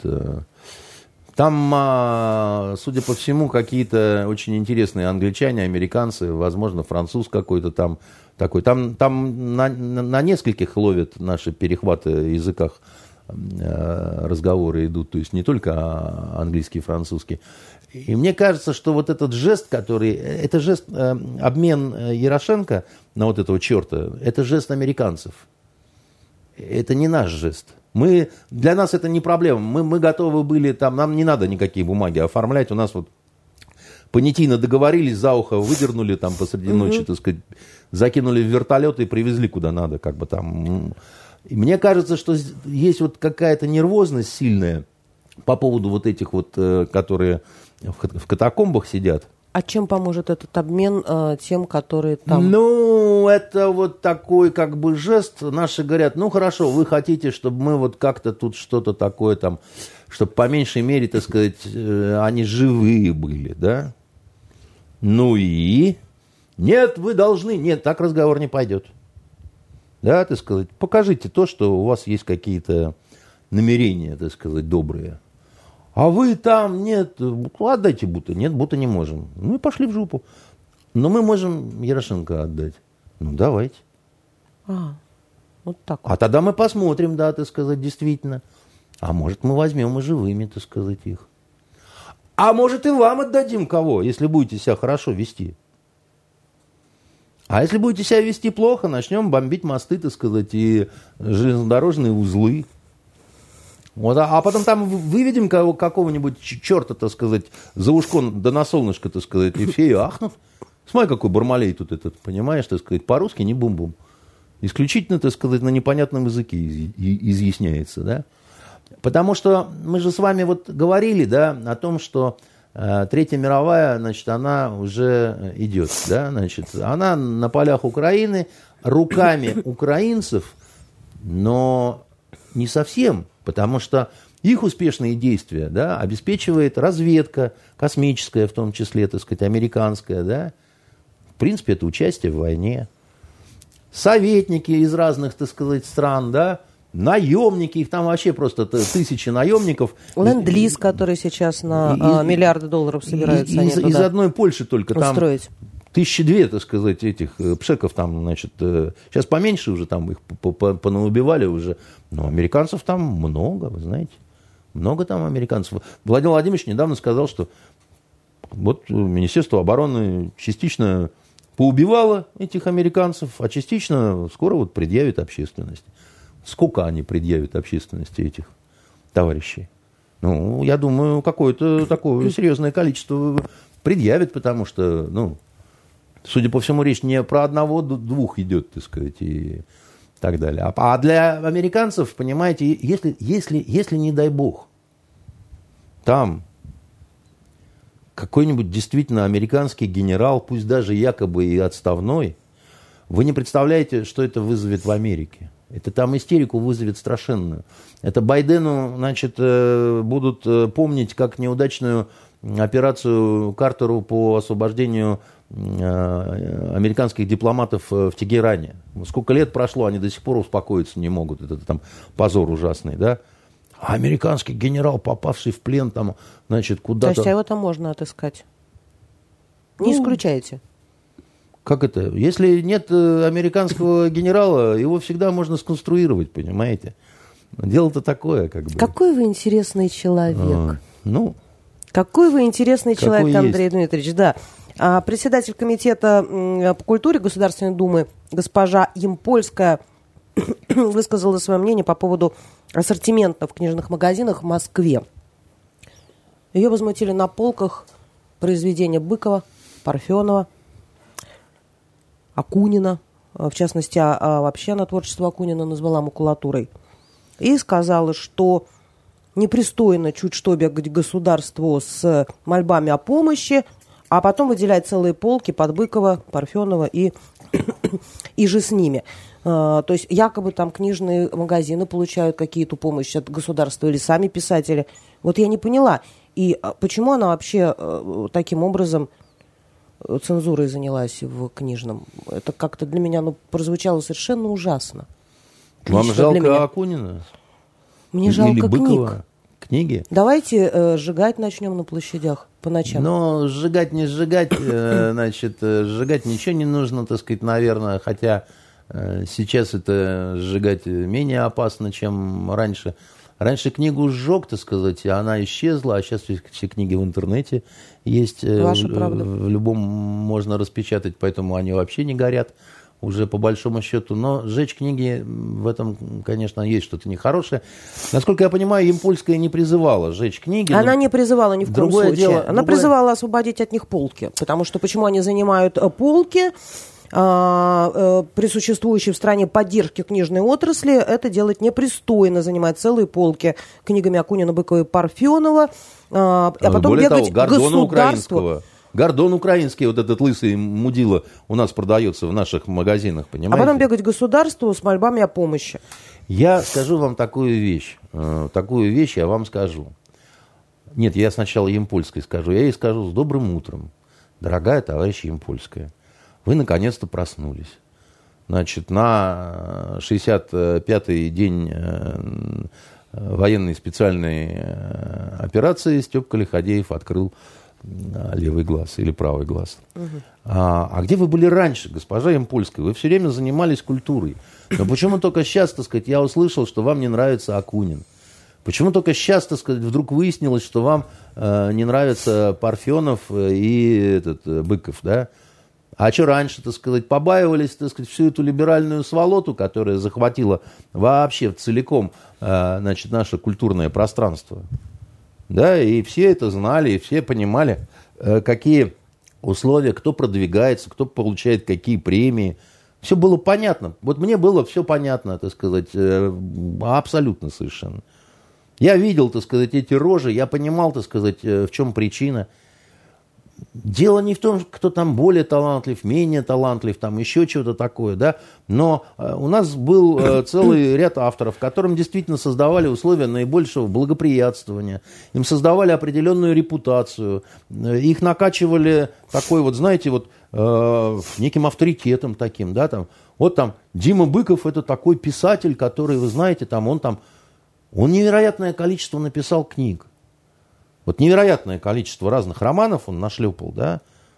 Там, судя по всему, какие-то очень интересные англичане, американцы, возможно, француз какой-то там такой. Там, там на, на нескольких ловят наши перехваты в языках, разговоры идут, то есть не только английский, французский. И мне кажется, что вот этот жест, который... Это жест, э, обмен Ярошенко на вот этого черта, это жест американцев. Это не наш жест. Мы, для нас это не проблема. Мы, мы готовы были там... Нам не надо никакие бумаги оформлять. У нас вот понятийно договорились, за ухо выдернули там посреди mm-hmm. ночи, так сказать, закинули в вертолет и привезли куда надо, как бы там... И мне кажется, что есть вот какая-то нервозность сильная по поводу вот этих вот, которые в катакомбах сидят. А чем поможет этот обмен э, тем, которые там? Ну, это вот такой как бы жест. Наши говорят, ну хорошо, вы хотите, чтобы мы вот как-то тут что-то такое там, чтобы по меньшей мере, так сказать, э, они живые были, да? Ну и? Нет, вы должны. Нет, так разговор не пойдет. Да, так сказать, покажите то, что у вас есть какие-то намерения, так сказать, добрые. А вы там, нет, отдайте Бута. Нет, Бута не можем. Ну и пошли в жопу. Но мы можем Ярошенко отдать. Ну, давайте. А, вот так. А тогда мы посмотрим, да, так сказать, действительно. А может, мы возьмем и живыми, так сказать, их. А может, и вам отдадим кого, если будете себя хорошо вести. А если будете себя вести плохо, начнем бомбить мосты, так сказать, и железнодорожные узлы. Вот, а, а потом там выведем кого, какого-нибудь черта, так сказать, за ушко да на солнышко, так сказать, и все и ахнут. Смотри, какой Бармалей тут этот, понимаешь, так сказать, по-русски не бум-бум. Исключительно, так сказать, на непонятном языке из, изъясняется, да. Потому что мы же с вами вот говорили, да, о том, что э, Третья мировая, значит, она уже идет, да, значит, она на полях Украины, руками украинцев, но не совсем. Потому что их успешные действия, да, обеспечивает разведка, космическая в том числе, так сказать, американская, да. В принципе, это участие в войне. Советники из разных, так сказать, стран, да, наемники, их там вообще просто тысячи наемников. Ленд-лиз, который сейчас на из, миллиарды долларов собираются. Из, из одной Польши только устроить. Там тысячи две, так сказать, этих пшеков там, значит, сейчас поменьше уже там их понаубивали уже, но американцев там много, вы знаете, много там американцев. Владимир Владимирович недавно сказал, что вот Министерство обороны частично поубивало этих американцев, а частично скоро вот предъявит общественности. Сколько они предъявят общественности, этих товарищей? Ну, я думаю, какое-то такое серьезное количество предъявит, потому что, ну, судя по всему, речь не про одного-двух идет, так сказать, и так далее. А для американцев, понимаете, если, если, если не дай бог, там какой-нибудь действительно американский генерал, пусть даже якобы и отставной, вы не представляете, что это вызовет в Америке. Это там истерику вызовет страшенную. Это Байдену, значит, будут помнить как неудачную операцию Картеру по освобождению американских дипломатов в Тегеране. Сколько лет прошло, они до сих пор успокоиться не могут. Это там позор ужасный, да? А американский генерал, попавший в плен, там, значит, куда-то... То есть, а его там можно отыскать? Не ну, исключаете? Как это? Если нет американского генерала, его всегда можно сконструировать, понимаете? Дело-то такое, как бы. Какой вы интересный человек. А, ну... Какой вы интересный человек, есть. Андрей Дмитриевич, да. А председатель комитета по культуре Государственной Думы госпожа Ямпольская высказала свое мнение по поводу ассортимента в книжных магазинах в Москве. Ее возмутили на полках произведения Быкова, Парфенова, Акунина. В частности, а, а вообще она творчество Акунина назвала макулатурой. И сказала, что непристойно чуть что бегать к государству с мольбами о помощи, а потом выделять целые полки под Быкова, Парфенова и, и же с ними. А, то есть якобы там книжные магазины получают какие-то помощи от государства или сами писатели. Вот я не поняла. И почему она вообще а, таким образом цензурой занялась в книжном? Это как-то для меня ну, прозвучало совершенно ужасно. Вам Лично жалко Акунина? Мне Или жалко Быкова? книг. Книги? Давайте э, сжигать начнем на площадях по ночам. Но сжигать, не сжигать, э, значит, сжигать ничего не нужно, так сказать, наверное, хотя э, сейчас это сжигать менее опасно, чем раньше. Раньше книгу сжег, так сказать, она исчезла, а сейчас все книги в интернете есть. Ваша в, правда. В любом можно распечатать, поэтому они вообще не горят. Уже по большому счету. Но сжечь книги, в этом, конечно, есть что-то нехорошее. Насколько я понимаю, Ямпольская не призывала сжечь книги. Она не призывала ни в коем случае. Дело, Она другое... призывала освободить от них полки. Потому что почему они занимают полки а, а, при существующей в стране поддержке книжной отрасли, это делать непристойно, занимать целые полки книгами Акунина, Быкова и Парфенова, а, а потом Более бегать того, к государству. Гордон украинский, вот этот лысый мудила у нас продается в наших магазинах, понимаете? А потом бегать к государству с мольбами о помощи. Я скажу вам такую вещь. Такую вещь я вам скажу. Нет, я сначала Ямпольской скажу. Я ей скажу с добрым утром. Дорогая товарищ Ямпольская, вы наконец-то проснулись. Значит, на шестьдесят пятый день военной специальной операции Степка Лиходеев открыл левый глаз или правый глаз. Угу. А, а где вы были раньше, госпожа Ямпольская? Вы все время занимались культурой. Но почему только сейчас, так сказать, я услышал, что вам не нравится Акунин? Почему только сейчас, так сказать, вдруг выяснилось, что вам э, не нравится Парфенов и этот, Быков, да? А что раньше, так сказать, побаивались, так сказать, всю эту либеральную сволоту, которая захватила вообще целиком, значит, наше культурное пространство. Да, и все это знали, и все понимали, какие условия, кто продвигается, кто получает какие премии. Все было понятно. Вот мне было все понятно, так сказать, абсолютно совершенно. Я видел, так сказать, эти рожи, я понимал, так сказать, в чем причина. Дело не в том, кто там более талантлив, менее талантлив, там еще что-то такое, да, но у нас был целый ряд авторов, которым действительно создавали условия наибольшего благоприятствования, им создавали определенную репутацию, их накачивали такой вот, знаете, вот неким авторитетом таким, да, там, вот там Дима Быков это такой писатель, который, вы знаете, там, он там, он невероятное количество написал книг. Вот невероятное количество разных романов он нашлепал, да,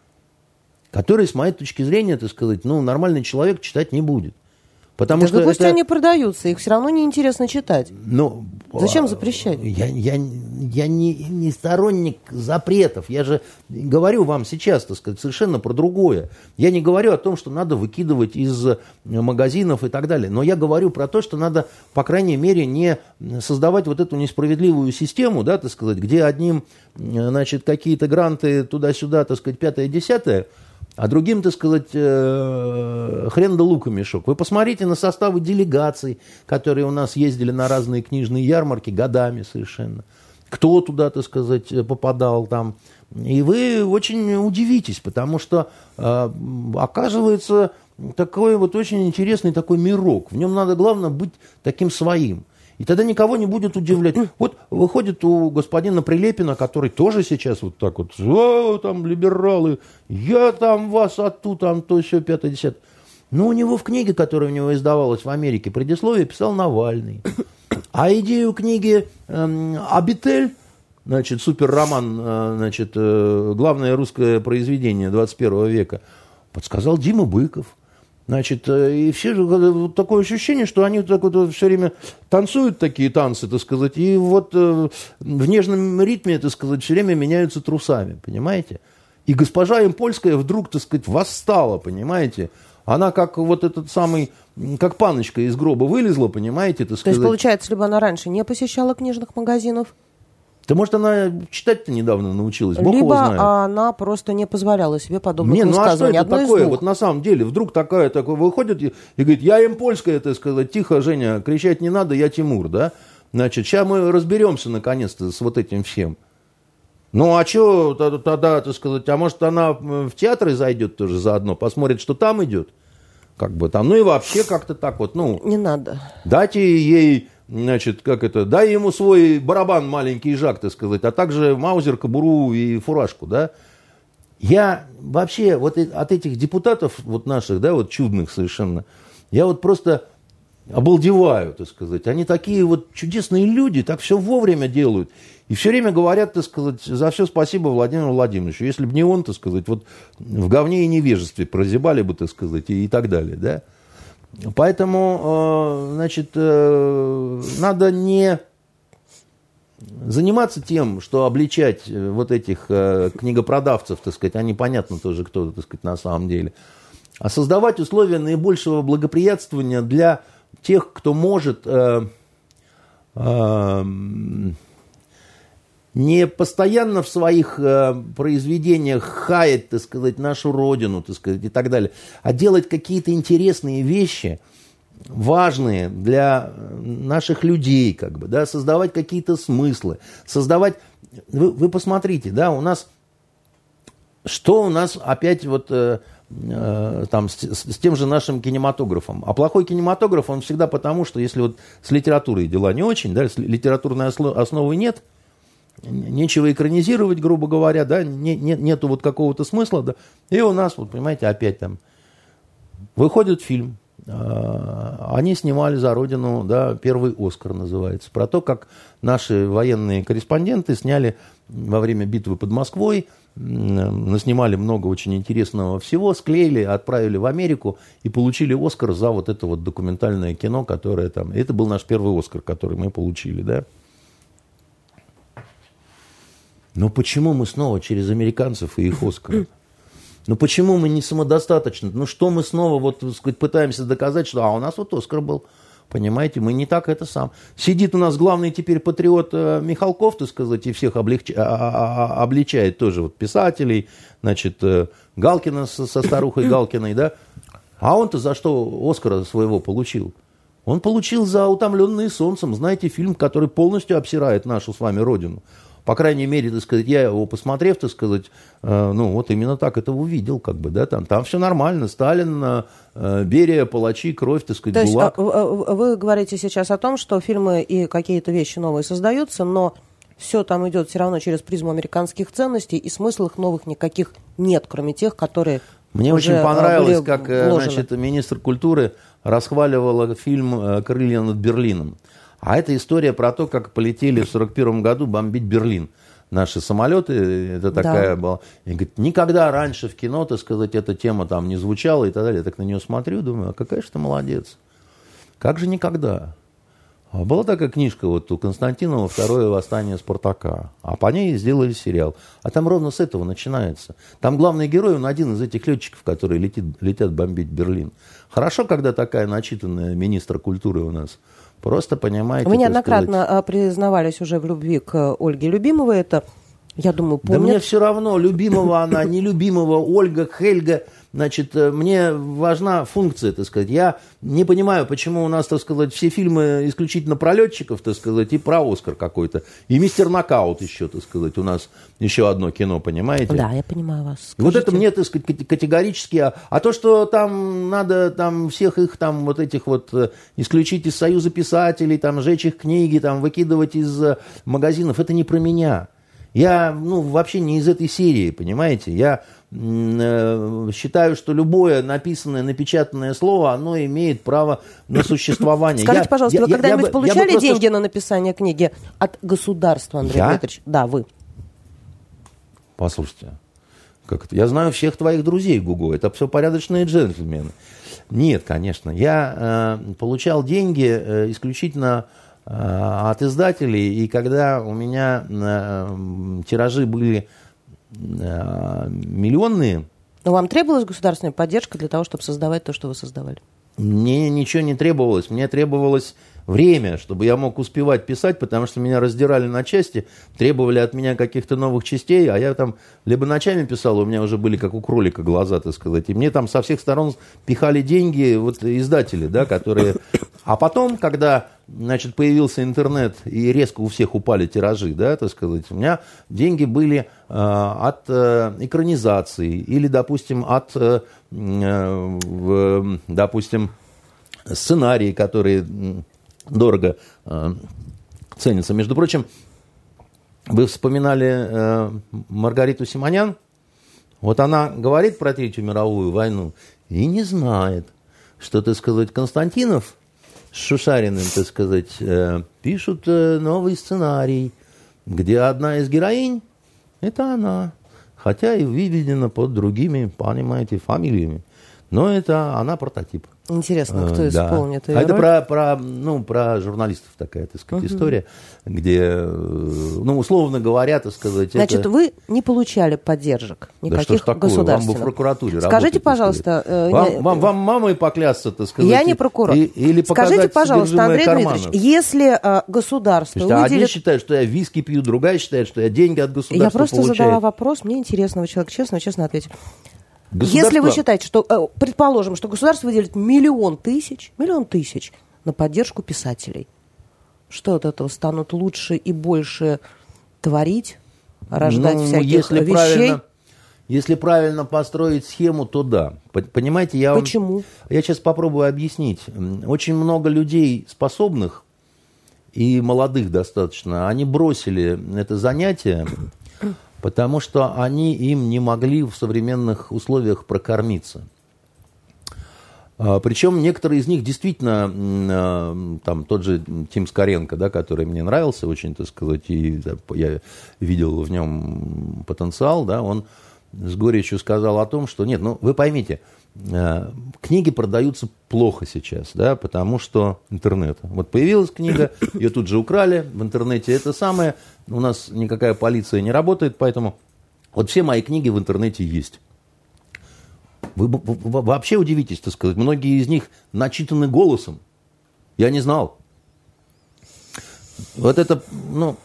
которые, с моей точки зрения, так сказать, ну, нормальный человек читать не будет. Потому так что пусть это... они продаются, их все равно неинтересно читать. Ну, зачем запрещать? Я, я, я не, не сторонник запретов. Я же говорю вам сейчас, так сказать, совершенно про другое. Я не говорю о том, что надо выкидывать из магазинов и так далее. Но я говорю про то, что надо, по крайней мере, не создавать вот эту несправедливую систему, да, так сказать, где одним, значит, какие-то гранты туда-сюда, так сказать, пятое-десятое, а другим, так сказать, хрен да лука мешок. Вы посмотрите на составы делегаций, которые у нас ездили на разные книжные ярмарки годами совершенно. Кто туда, так сказать, попадал там. И вы очень удивитесь, потому что оказывается такой вот очень интересный такой мирок. В нем надо, главное, быть таким своим. И тогда никого не будет удивлять. Вот выходит у господина Прилепина, который тоже сейчас вот так вот, о, там либералы, я там вас оттуда, там то, все, пятое, десятое. Но у него в книге, которая у него издавалась в Америке, предисловие писал Навальный. А идею книги э, «Обитель», значит, суперроман, э, значит, э, главное русское произведение двадцать первого века, подсказал Дима Быков. Значит, и все же такое ощущение, что они так вот все время танцуют такие танцы, так сказать, и вот в нежном ритме, так сказать, все время меняются трусами, понимаете? И госпожа Импольская вдруг, так сказать, восстала, понимаете? Она как вот этот самый, как паночка из гроба вылезла, понимаете, так сказать. То есть, получается, либо она раньше не посещала книжных магазинов, да, может, она читать-то недавно научилась, Бог либо его знает. она просто не позволяла себе подобных не, высказываний. Ну, а что это Одно такое? Вот на самом деле, вдруг такая, такая выходит и, и говорит, я им польская, так сказать, тихо, Женя, кричать не надо, я Тимур, да? Значит, сейчас мы разберемся, наконец-то, с вот этим всем. Ну, а что тогда, так сказать, а может, она в театры зайдет тоже заодно, посмотрит, что там идет? Как бы там, ну и вообще как-то так вот, ну... Не надо. Дайте ей... Значит, как это, дай ему свой барабан маленький Жак, так сказать, а также маузер, кобуру и фуражку, да. Я вообще вот от этих депутатов вот наших, да, вот чудных совершенно, я вот просто обалдеваю, так сказать. Они такие вот чудесные люди, так все вовремя делают. И все время говорят, так сказать, за все спасибо Владимиру Владимировичу. Если бы не он, так сказать, вот в говне и невежестве прозябали бы, так сказать, и, и так далее, да. Поэтому, значит, надо не заниматься тем, что обличать вот этих книгопродавцев, так сказать, они понятно тоже, кто, так сказать, на самом деле, а создавать условия наибольшего благоприятствования для тех, кто может не постоянно в своих э, произведениях хаять, так сказать, нашу родину, так сказать, и так далее, а делать какие-то интересные вещи, важные для наших людей, как бы, да, создавать какие-то смыслы, создавать... Вы, вы посмотрите, да, у нас... Что у нас опять вот... Э, э, там, с, с тем же нашим кинематографом. А плохой кинематограф, он всегда потому, что если вот с литературой дела не очень, да, литературной основы нет, нечего экранизировать, грубо говоря, да, не, не, нету вот какого-то смысла, да, и у нас, вот, понимаете, опять там выходит фильм, э, они снимали за родину, да, первый «Оскар» называется, про то, как наши военные корреспонденты сняли во время битвы под Москвой, э, наснимали много очень интересного всего, склеили, отправили в Америку и получили «Оскар» за вот это вот документальное кино, которое там, это был наш первый «Оскар», который мы получили, да. Но почему мы снова через американцев и их «Оскар»? Ну почему мы не самодостаточны? Ну что мы снова вот, так сказать, пытаемся доказать, что а у нас вот Оскар был. Понимаете, мы не так это сам. Сидит у нас главный теперь патриот Михалков, так сказать, и всех облегч... обличает тоже вот писателей, значит, Галкина со старухой Галкиной, да. А он-то за что Оскара своего получил? Он получил за «Утомленные солнцем», знаете, фильм, который полностью обсирает нашу с вами родину. По крайней мере, так сказать, я его посмотрев, так сказать, э, ну, вот именно так это увидел, как бы, да, там, там все нормально, Сталин, э, Берия, палачи, кровь, так сказать, То ГУЛАГ. есть вы говорите сейчас о том, что фильмы и какие-то вещи новые создаются, но все там идет все равно через призму американских ценностей, и смысл их новых никаких нет, кроме тех, которые Мне уже очень понравилось, были как, вложены. Значит, министр культуры расхваливала фильм «Крылья над Берлином». А это история про то, как полетели в сорок первом году бомбить Берлин. Наши самолеты, это такая да. была. И говорит, никогда раньше в кино, так сказать, эта тема там не звучала и так далее. Я так на нее смотрю, думаю, а какая же ты молодец. Как же никогда. А была такая книжка вот у Константинова «Второе восстание Спартака». А по ней сделали сериал. А там ровно с этого начинается. Там главный герой, он один из этих летчиков, которые летит, летят бомбить Берлин. Хорошо, когда такая начитанная министр культуры у нас. Просто понимаете... Вы неоднократно сказать... признавались уже в любви к Ольге Любимовой. Это, я думаю, помнят. Да мне все равно, любимого она, нелюбимого, Ольга, Хельга. Значит, мне важна функция, так сказать. Я не понимаю, почему у нас, так сказать, все фильмы исключительно про летчиков, так сказать, и про Оскар какой-то. И «Мистер Нокаут» еще, так сказать, у нас еще одно кино, понимаете? Да, я понимаю вас. Скажите. Вот это мне, так сказать, категорически... А, а то, что там надо там всех их там вот этих вот исключить из Союза писателей, там сжечь их книги, там выкидывать из магазинов, это не про меня. Я, ну, вообще не из этой серии, понимаете? Я э, считаю, что любое написанное, напечатанное слово, оно имеет право на существование. Скажите, я, пожалуйста, я, вы когда-нибудь я, получали я просто... деньги на написание книги от государства, Андрей я? Дмитриевич? Да, вы. Послушайте, как это? Я знаю всех твоих друзей, Гуго, это все порядочные джентльмены. Нет, конечно, я э, получал деньги э, исключительно... от издателей, и когда у меня э, тиражи были э, миллионные... Но вам требовалась государственная поддержка для того, чтобы создавать то, что вы создавали? Мне ничего не требовалось. Мне требовалось время, чтобы я мог успевать писать, потому что меня раздирали на части, требовали от меня каких-то новых частей, а я там либо ночами писал, у меня уже были как у кролика глаза, так сказать, и мне там со всех сторон пихали деньги вот издатели, да, которые... А потом, когда, значит, появился интернет и резко у всех упали тиражи, да, так сказать, у меня деньги были э, от э, экранизации или, допустим, от, э, э, допустим, сценарии, которые дорого э, ценятся. Между прочим, вы вспоминали э, Маргариту Симонян. Вот она говорит про Третью мировую войну и не знает, что, так сказать, Константинов с Шушариным, так сказать, э, пишут э, новый сценарий, где одна из героинь – это она, хотя и выведена под другими, понимаете, фамилиями. Но это она прототип. Интересно, кто исполнит ее роль? Это роль? про, про, ну, про журналистов такая, так сказать, uh-huh. история, где, ну, условно говоря, так сказать... Значит, это... вы не получали поддержек никаких да государственных. Вам бы в прокуратуре Скажите, работать, пожалуйста... Э, вам, не... вам, вам мамой поклясться, так сказать... Я не прокурор. И, или Скажите, пожалуйста, Андрей карманов. Дмитриевич, если э, государство Значит, выделит... Одни считают, что я виски пью, другая считает, что я деньги от государства Я просто получаю. задала вопрос, мне интересно, вы человек честно, честно ответить. Если вы считаете, что, предположим, что государство выделит миллион тысяч, миллион тысяч на поддержку писателей, что от этого станут лучше и больше творить, рождать ну, всяких если вещей? Правильно, если правильно построить схему, то да. Понимаете, я, Почему? Вам, я сейчас попробую объяснить. Очень много людей способных и молодых достаточно, они бросили это занятие, потому что они им не могли в современных условиях прокормиться. Причем некоторые из них действительно, там тот же Тим Скоренко, да, который мне нравился очень, так сказать, и я видел в нем потенциал, да, он с горечью сказал о том, что нет, ну вы поймите, книги продаются плохо сейчас, да, потому что интернет. Вот появилась книга, ее тут же украли, в интернете это самое, у нас никакая полиция не работает, поэтому вот все мои книги в интернете есть. Вы, вы, вы вообще удивитесь, так сказать. Многие из них начитаны голосом. Я не знал. Вот это, ну,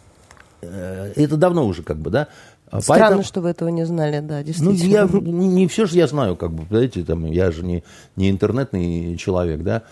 это давно уже как бы, да. Странно, Поэтому, что вы этого не знали, да, действительно. Ну, я, не все же я знаю, как бы, знаете, там, я же не, не интернетный человек, да.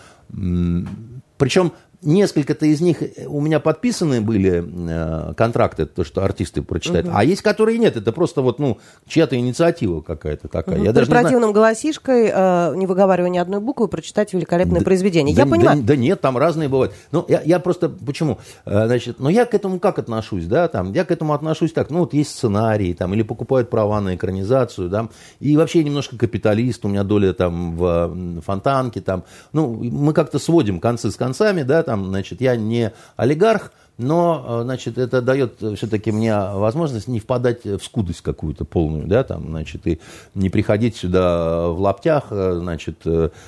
Причем несколько-то из них у меня подписаны были э, контракты, то, что артисты прочитают, угу. а есть, которые нет. Это просто вот, ну, чья-то инициатива какая-то такая. Угу. Я При даже противном не знаю... голосишкой, э, не выговаривая ни одной буквы, прочитать великолепное да, произведение. Да, я понимаю. Да, да нет, там разные бывают. Ну, я, я просто, почему? Значит, ну, я к этому как отношусь, да, там, я к этому отношусь так, ну, вот есть сценарий, там, или покупают права на экранизацию, да, и вообще я немножко капиталист, у меня доля там в Фонтанке, там, ну, мы как-то сводим концы с концами, да, там, значит, я не не олигарх, но, значит, это дает все-таки мне возможность не впадать в скудость какую-то полную, да, там, значит, и не приходить сюда в лаптях, значит,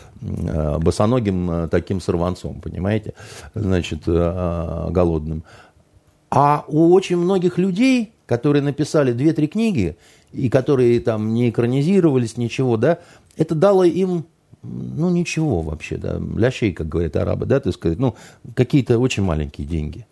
босоногим таким сорванцом, понимаете, значит, голодным. А у очень многих людей, которые написали две-три книги, и которые там не экранизировались, ничего, да, это дало им ну, ничего вообще, да, лящей, как говорят арабы, да, так сказать, ну, какие-то очень маленькие деньги.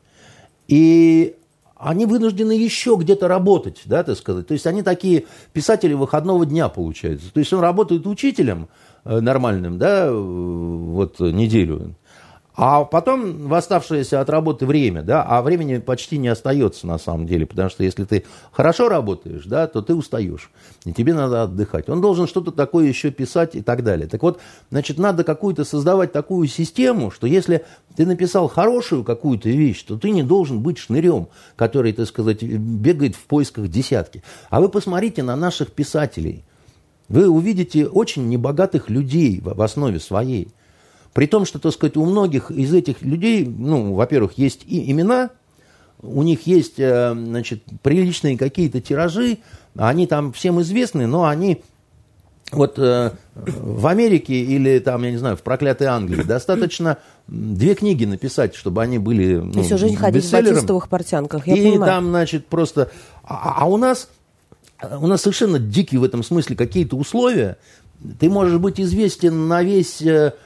И они вынуждены еще где-то работать, да, так сказать. То есть они такие писатели выходного дня, получается. То есть он работает учителем нормальным, да, вот неделю. А потом в оставшееся от работы время, да, а времени почти не остается на самом деле, потому что если ты хорошо работаешь, да, то ты устаешь, и тебе надо отдыхать. Он должен что-то такое еще писать и так далее. Так вот, значит, надо какую-то создавать такую систему, что если ты написал хорошую какую-то вещь, то ты не должен быть шнырем, который, так сказать, бегает в поисках десятки. А вы посмотрите на наших писателей. Вы увидите очень небогатых людей в основе своей. При том, что, так сказать, у многих из этих людей, ну, во-первых, есть и имена, у них есть, значит, приличные какие-то тиражи, они там всем известны, но они вот э, в Америке или там, я не знаю, в проклятой Англии достаточно две книги написать, чтобы они были, ну, и всю жизнь ходить в батистовых портянках, я и понимаю. Там, значит, просто... А, а у нас, у нас совершенно дикие в этом смысле какие-то условия. Ты можешь быть известен на весь...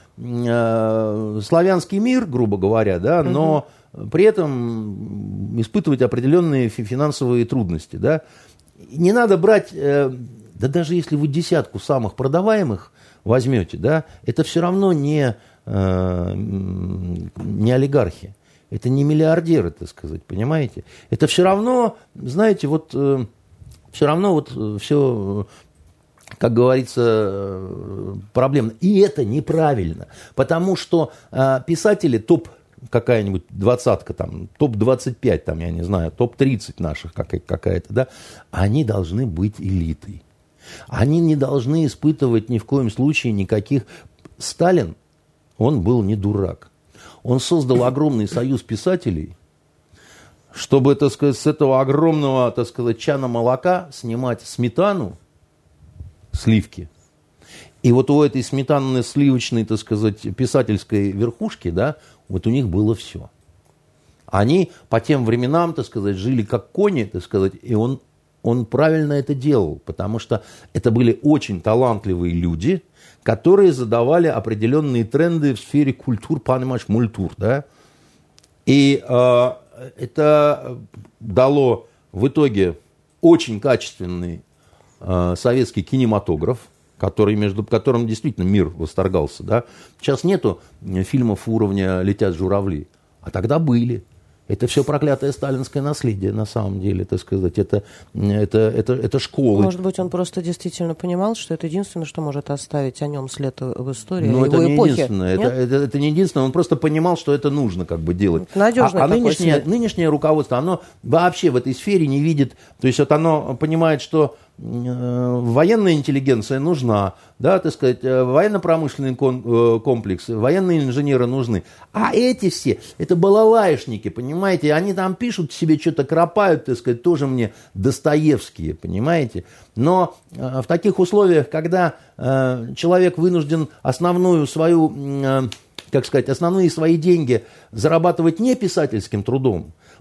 славянский мир, грубо говоря, да, но угу. при этом испытывать определенные финансовые трудности, да. Не надо брать, да даже если вы десятку самых продаваемых возьмете, да, это все равно не, не олигархи, это не миллиардеры, так сказать, понимаете. Это все равно, знаете, вот все равно вот все... как говорится, проблемно. И это неправильно, потому что э, писатели топ какая-нибудь двадцатка, там, топ двадцать пять, там, я не знаю, топ тридцать наших какая-то, да, они должны быть элитой. Они не должны испытывать ни в коем случае никаких... Сталин, он был не дурак. Он создал огромный союз писателей, чтобы, так сказать, с этого огромного, так сказать, чана молока снимать сметану, сливки. И вот у этой сметанной сливочной, так сказать, писательской верхушки, да, вот у них было все. Они по тем временам, так сказать, жили как кони, так сказать, и он, он правильно это делал, потому что это были очень талантливые люди, которые задавали определенные тренды в сфере культур, понимаешь, мультур, да. И э, это дало в итоге очень качественный советский кинематограф, который, между которым действительно мир восторгался. Да? Сейчас нету фильмов уровня «Летят журавли», а тогда были. Это все проклятое сталинское наследие, на самом деле, так сказать. Это, это, это, это школы. Может быть, он просто действительно понимал, что это единственное, что может оставить о нем след в истории, Но его это не эпохи. Единственное. Это, это, это не единственное. Он просто понимал, что это нужно как бы делать. Надежный а а нынешнее, след. нынешнее руководство, оно вообще в этой сфере не видит. То есть вот оно понимает, что военная интеллигенция нужна, да, так сказать, военно-промышленный комплекс, военные инженеры нужны. А эти все, это балалайшники, понимаете, они там пишут себе, что-то кропают, так сказать, тоже мне Достоевские, понимаете. Но в таких условиях, когда человек вынужден основную свою, как сказать, основные свои деньги зарабатывать не писательским трудом,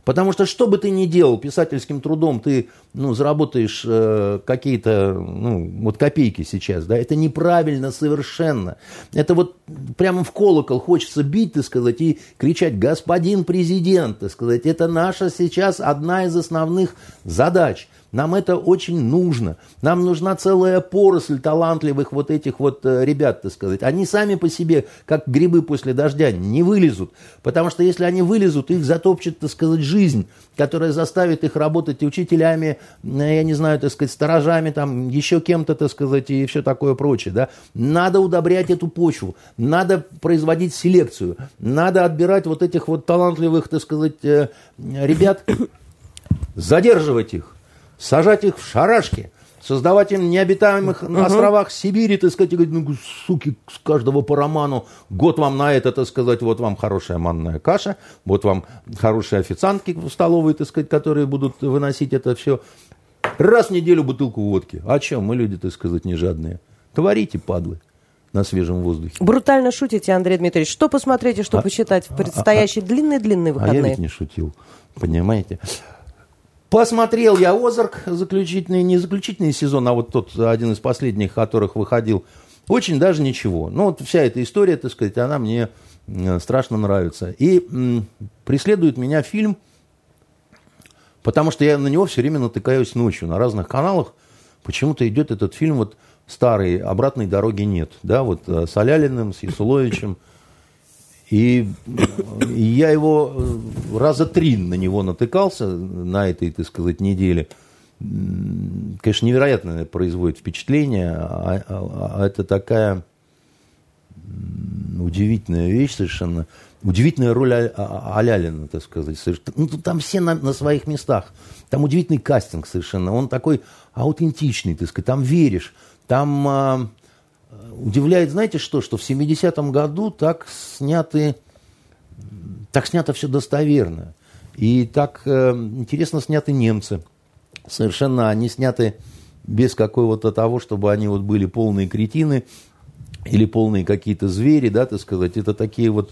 Потому что что бы ты ни делал писательским трудом, ты ну, заработаешь э, какие-то ну, вот копейки сейчас. Да? Это неправильно совершенно. Это вот прямо в колокол хочется бить, так сказать, и кричать: господин президент, так сказать, это наша сейчас одна из основных задач. Нам это очень нужно. Нам нужна целая поросль талантливых вот этих вот ребят, так сказать. Они сами по себе, как грибы после дождя, не вылезут. Потому что если они вылезут, их затопчет, так сказать, жизнь, которая заставит их работать учителями, я не знаю, так сказать, сторожами, там, еще кем-то, так сказать, и все такое прочее. Да? Надо удобрять эту почву, надо производить селекцию, надо отбирать вот этих вот талантливых, так сказать, ребят, задерживать их. Сажать их в шарашки, создавать им необитаемых uh-huh. островах Сибири, так сказать, и говорить: ну, суки, с каждого по роману, год вам на это, так сказать, вот вам хорошая манная каша, вот вам хорошие официантки в столовой, так сказать, которые будут выносить это все. Раз в неделю бутылку водки. А чем? Мы люди, так сказать, не жадные. Творите, падлы, на свежем воздухе. Брутально шутите, Андрей Дмитриевич. Что посмотреть и что а, почитать в предстоящие а, длинные-длинные выходные? А я ведь не шутил, понимаете? Посмотрел я «Озарк», заключительный, не заключительный сезон, а вот тот один из последних, которых выходил. Очень даже ничего. Ну, вот вся эта история, так сказать, она мне страшно нравится. И м, преследует меня фильм, потому что я на него все время натыкаюсь ночью. На разных каналах почему-то идет этот фильм вот старый, «Обратной дороги нет». Да, вот с Алялиным, с Ясуловичем. И, и я его раза три на него натыкался на этой, так сказать, неделе. Конечно, невероятно производит впечатление, а, а, а это такая удивительная вещь совершенно. Удивительная роль Алялина, так сказать. Ну, там все на, на своих местах. Там удивительный кастинг совершенно. Он такой аутентичный, так сказать. Там веришь. Там... А, удивляет, знаете что, что в семидесятом году так сняты, так снято все достоверно. И так э, интересно сняты немцы. Совершенно они сняты без какого-то того, чтобы они вот были полные кретины или полные какие-то звери, да, так сказать. Это такие вот,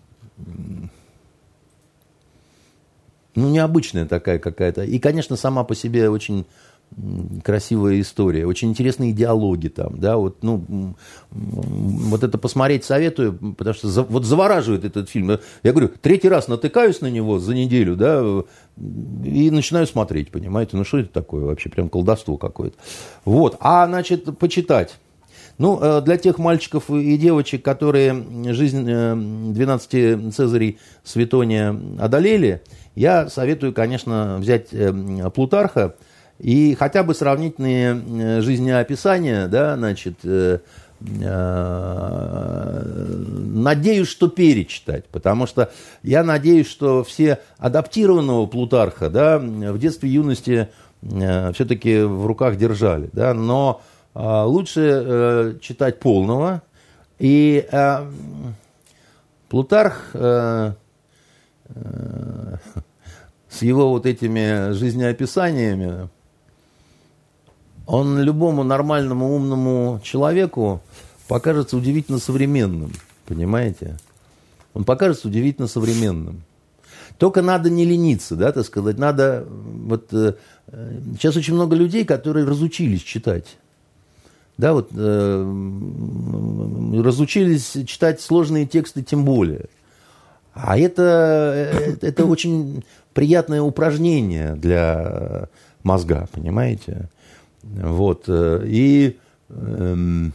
ну, необычная такая какая-то. И, конечно, сама по себе очень... красивая история, очень интересные диалоги там, да, вот, ну, вот это посмотреть советую, потому что за, вот завораживает этот фильм. Я говорю, третий раз натыкаюсь на него за неделю, да, и начинаю смотреть, понимаете, ну, что это такое вообще, прям колдовство какое-то. Вот, а, значит, почитать. Ну, для тех мальчиков и девочек, которые жизнь двенадцати Цезарей Светония одолели, я советую, конечно, взять Плутарха, и хотя бы сравнительные жизнеописания, да, значит, э, э, надеюсь, что перечитать, потому что я надеюсь, что все адаптированного Плутарха, да, в детстве и юности э, все-таки в руках держали, да, но э, лучше э, читать полного. И э, Плутарх э, э, с его вот этими жизнеописаниями, он любому нормальному, умному человеку покажется удивительно современным, понимаете? Он покажется удивительно современным. Только надо не лениться, да, так сказать, надо... Вот, э, сейчас очень много людей, которые разучились читать. Да, вот, э, разучились читать сложные тексты тем более. А это, это очень приятное упражнение для мозга, понимаете? Вот, и эм,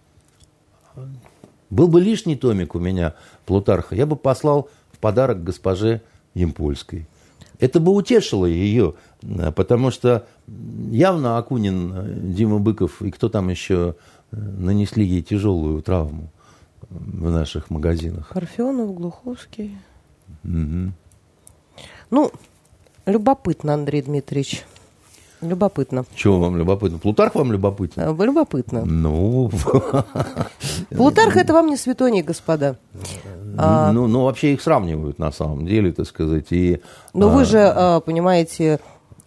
был бы лишний томик у меня Плутарха, я бы послал в подарок госпоже Ямпольской. Это бы утешило ее, потому что явно Акунин, Дима Быков и кто там еще нанесли ей тяжелую травму в наших магазинах. Парфенов, Глуховский. Угу. Ну, любопытно, Андрей Дмитриевич. Любопытно. Чего вам любопытно? Плутарх вам любопытно? Любопытно. Ну... Плутарх — это вам не Светоний, господа. А... Ну, ну, вообще их сравнивают, на самом деле, так сказать. И, Но а... вы же, понимаете,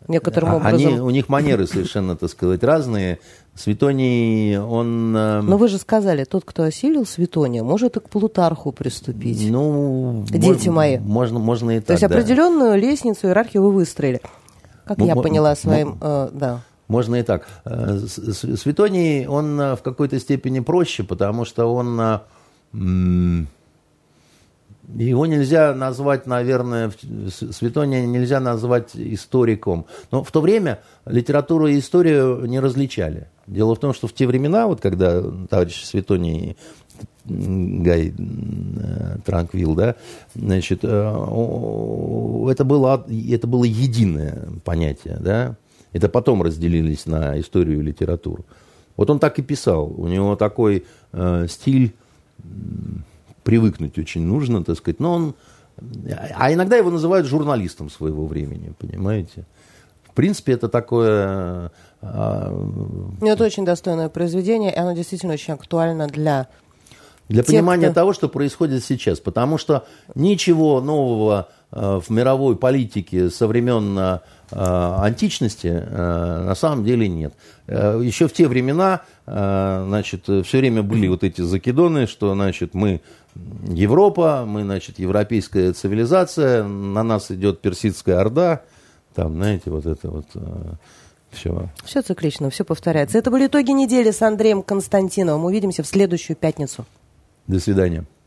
некоторым Они, образом. У них манеры совершенно, так сказать, разные. Светоний, он... Но вы же сказали, тот, кто осилил Светония, может и к Плутарху приступить. Ну, дети мож, мои. Можно, можно и так, То есть да. определенную лестницу, иерархию вы выстроили. Как М- я м- поняла м- своим... Э, да. Можно и так. Светоний, он в какой-то степени проще, потому что он... М- Его нельзя назвать, наверное, Светония нельзя назвать историком. Но в то время литературу и историю не различали. Дело в том, что в те времена, вот когда товарищ Светоний, Гай Транквил, да, значит, это было, это было единое понятие, да. Это потом разделились на историю и литературу. Вот он так и писал. У него такой э, стиль... Привыкнуть очень нужно, так сказать. Но он... А иногда его называют журналистом своего времени, понимаете? В принципе, это такое... Это очень достойное произведение, и оно действительно очень актуально для... Для тех, понимания кто... того, что происходит сейчас. Потому что ничего нового в мировой политике со времен античности на самом деле нет. Еще в те времена, значит, все время были вот эти закидоны, что, значит, мы Европа, мы, значит, европейская цивилизация, на нас идет персидская орда, там, знаете, вот это вот все. Все циклично, все повторяется. Это были итоги недели с Андреем Константиновым. Увидимся в следующую пятницу. До свидания.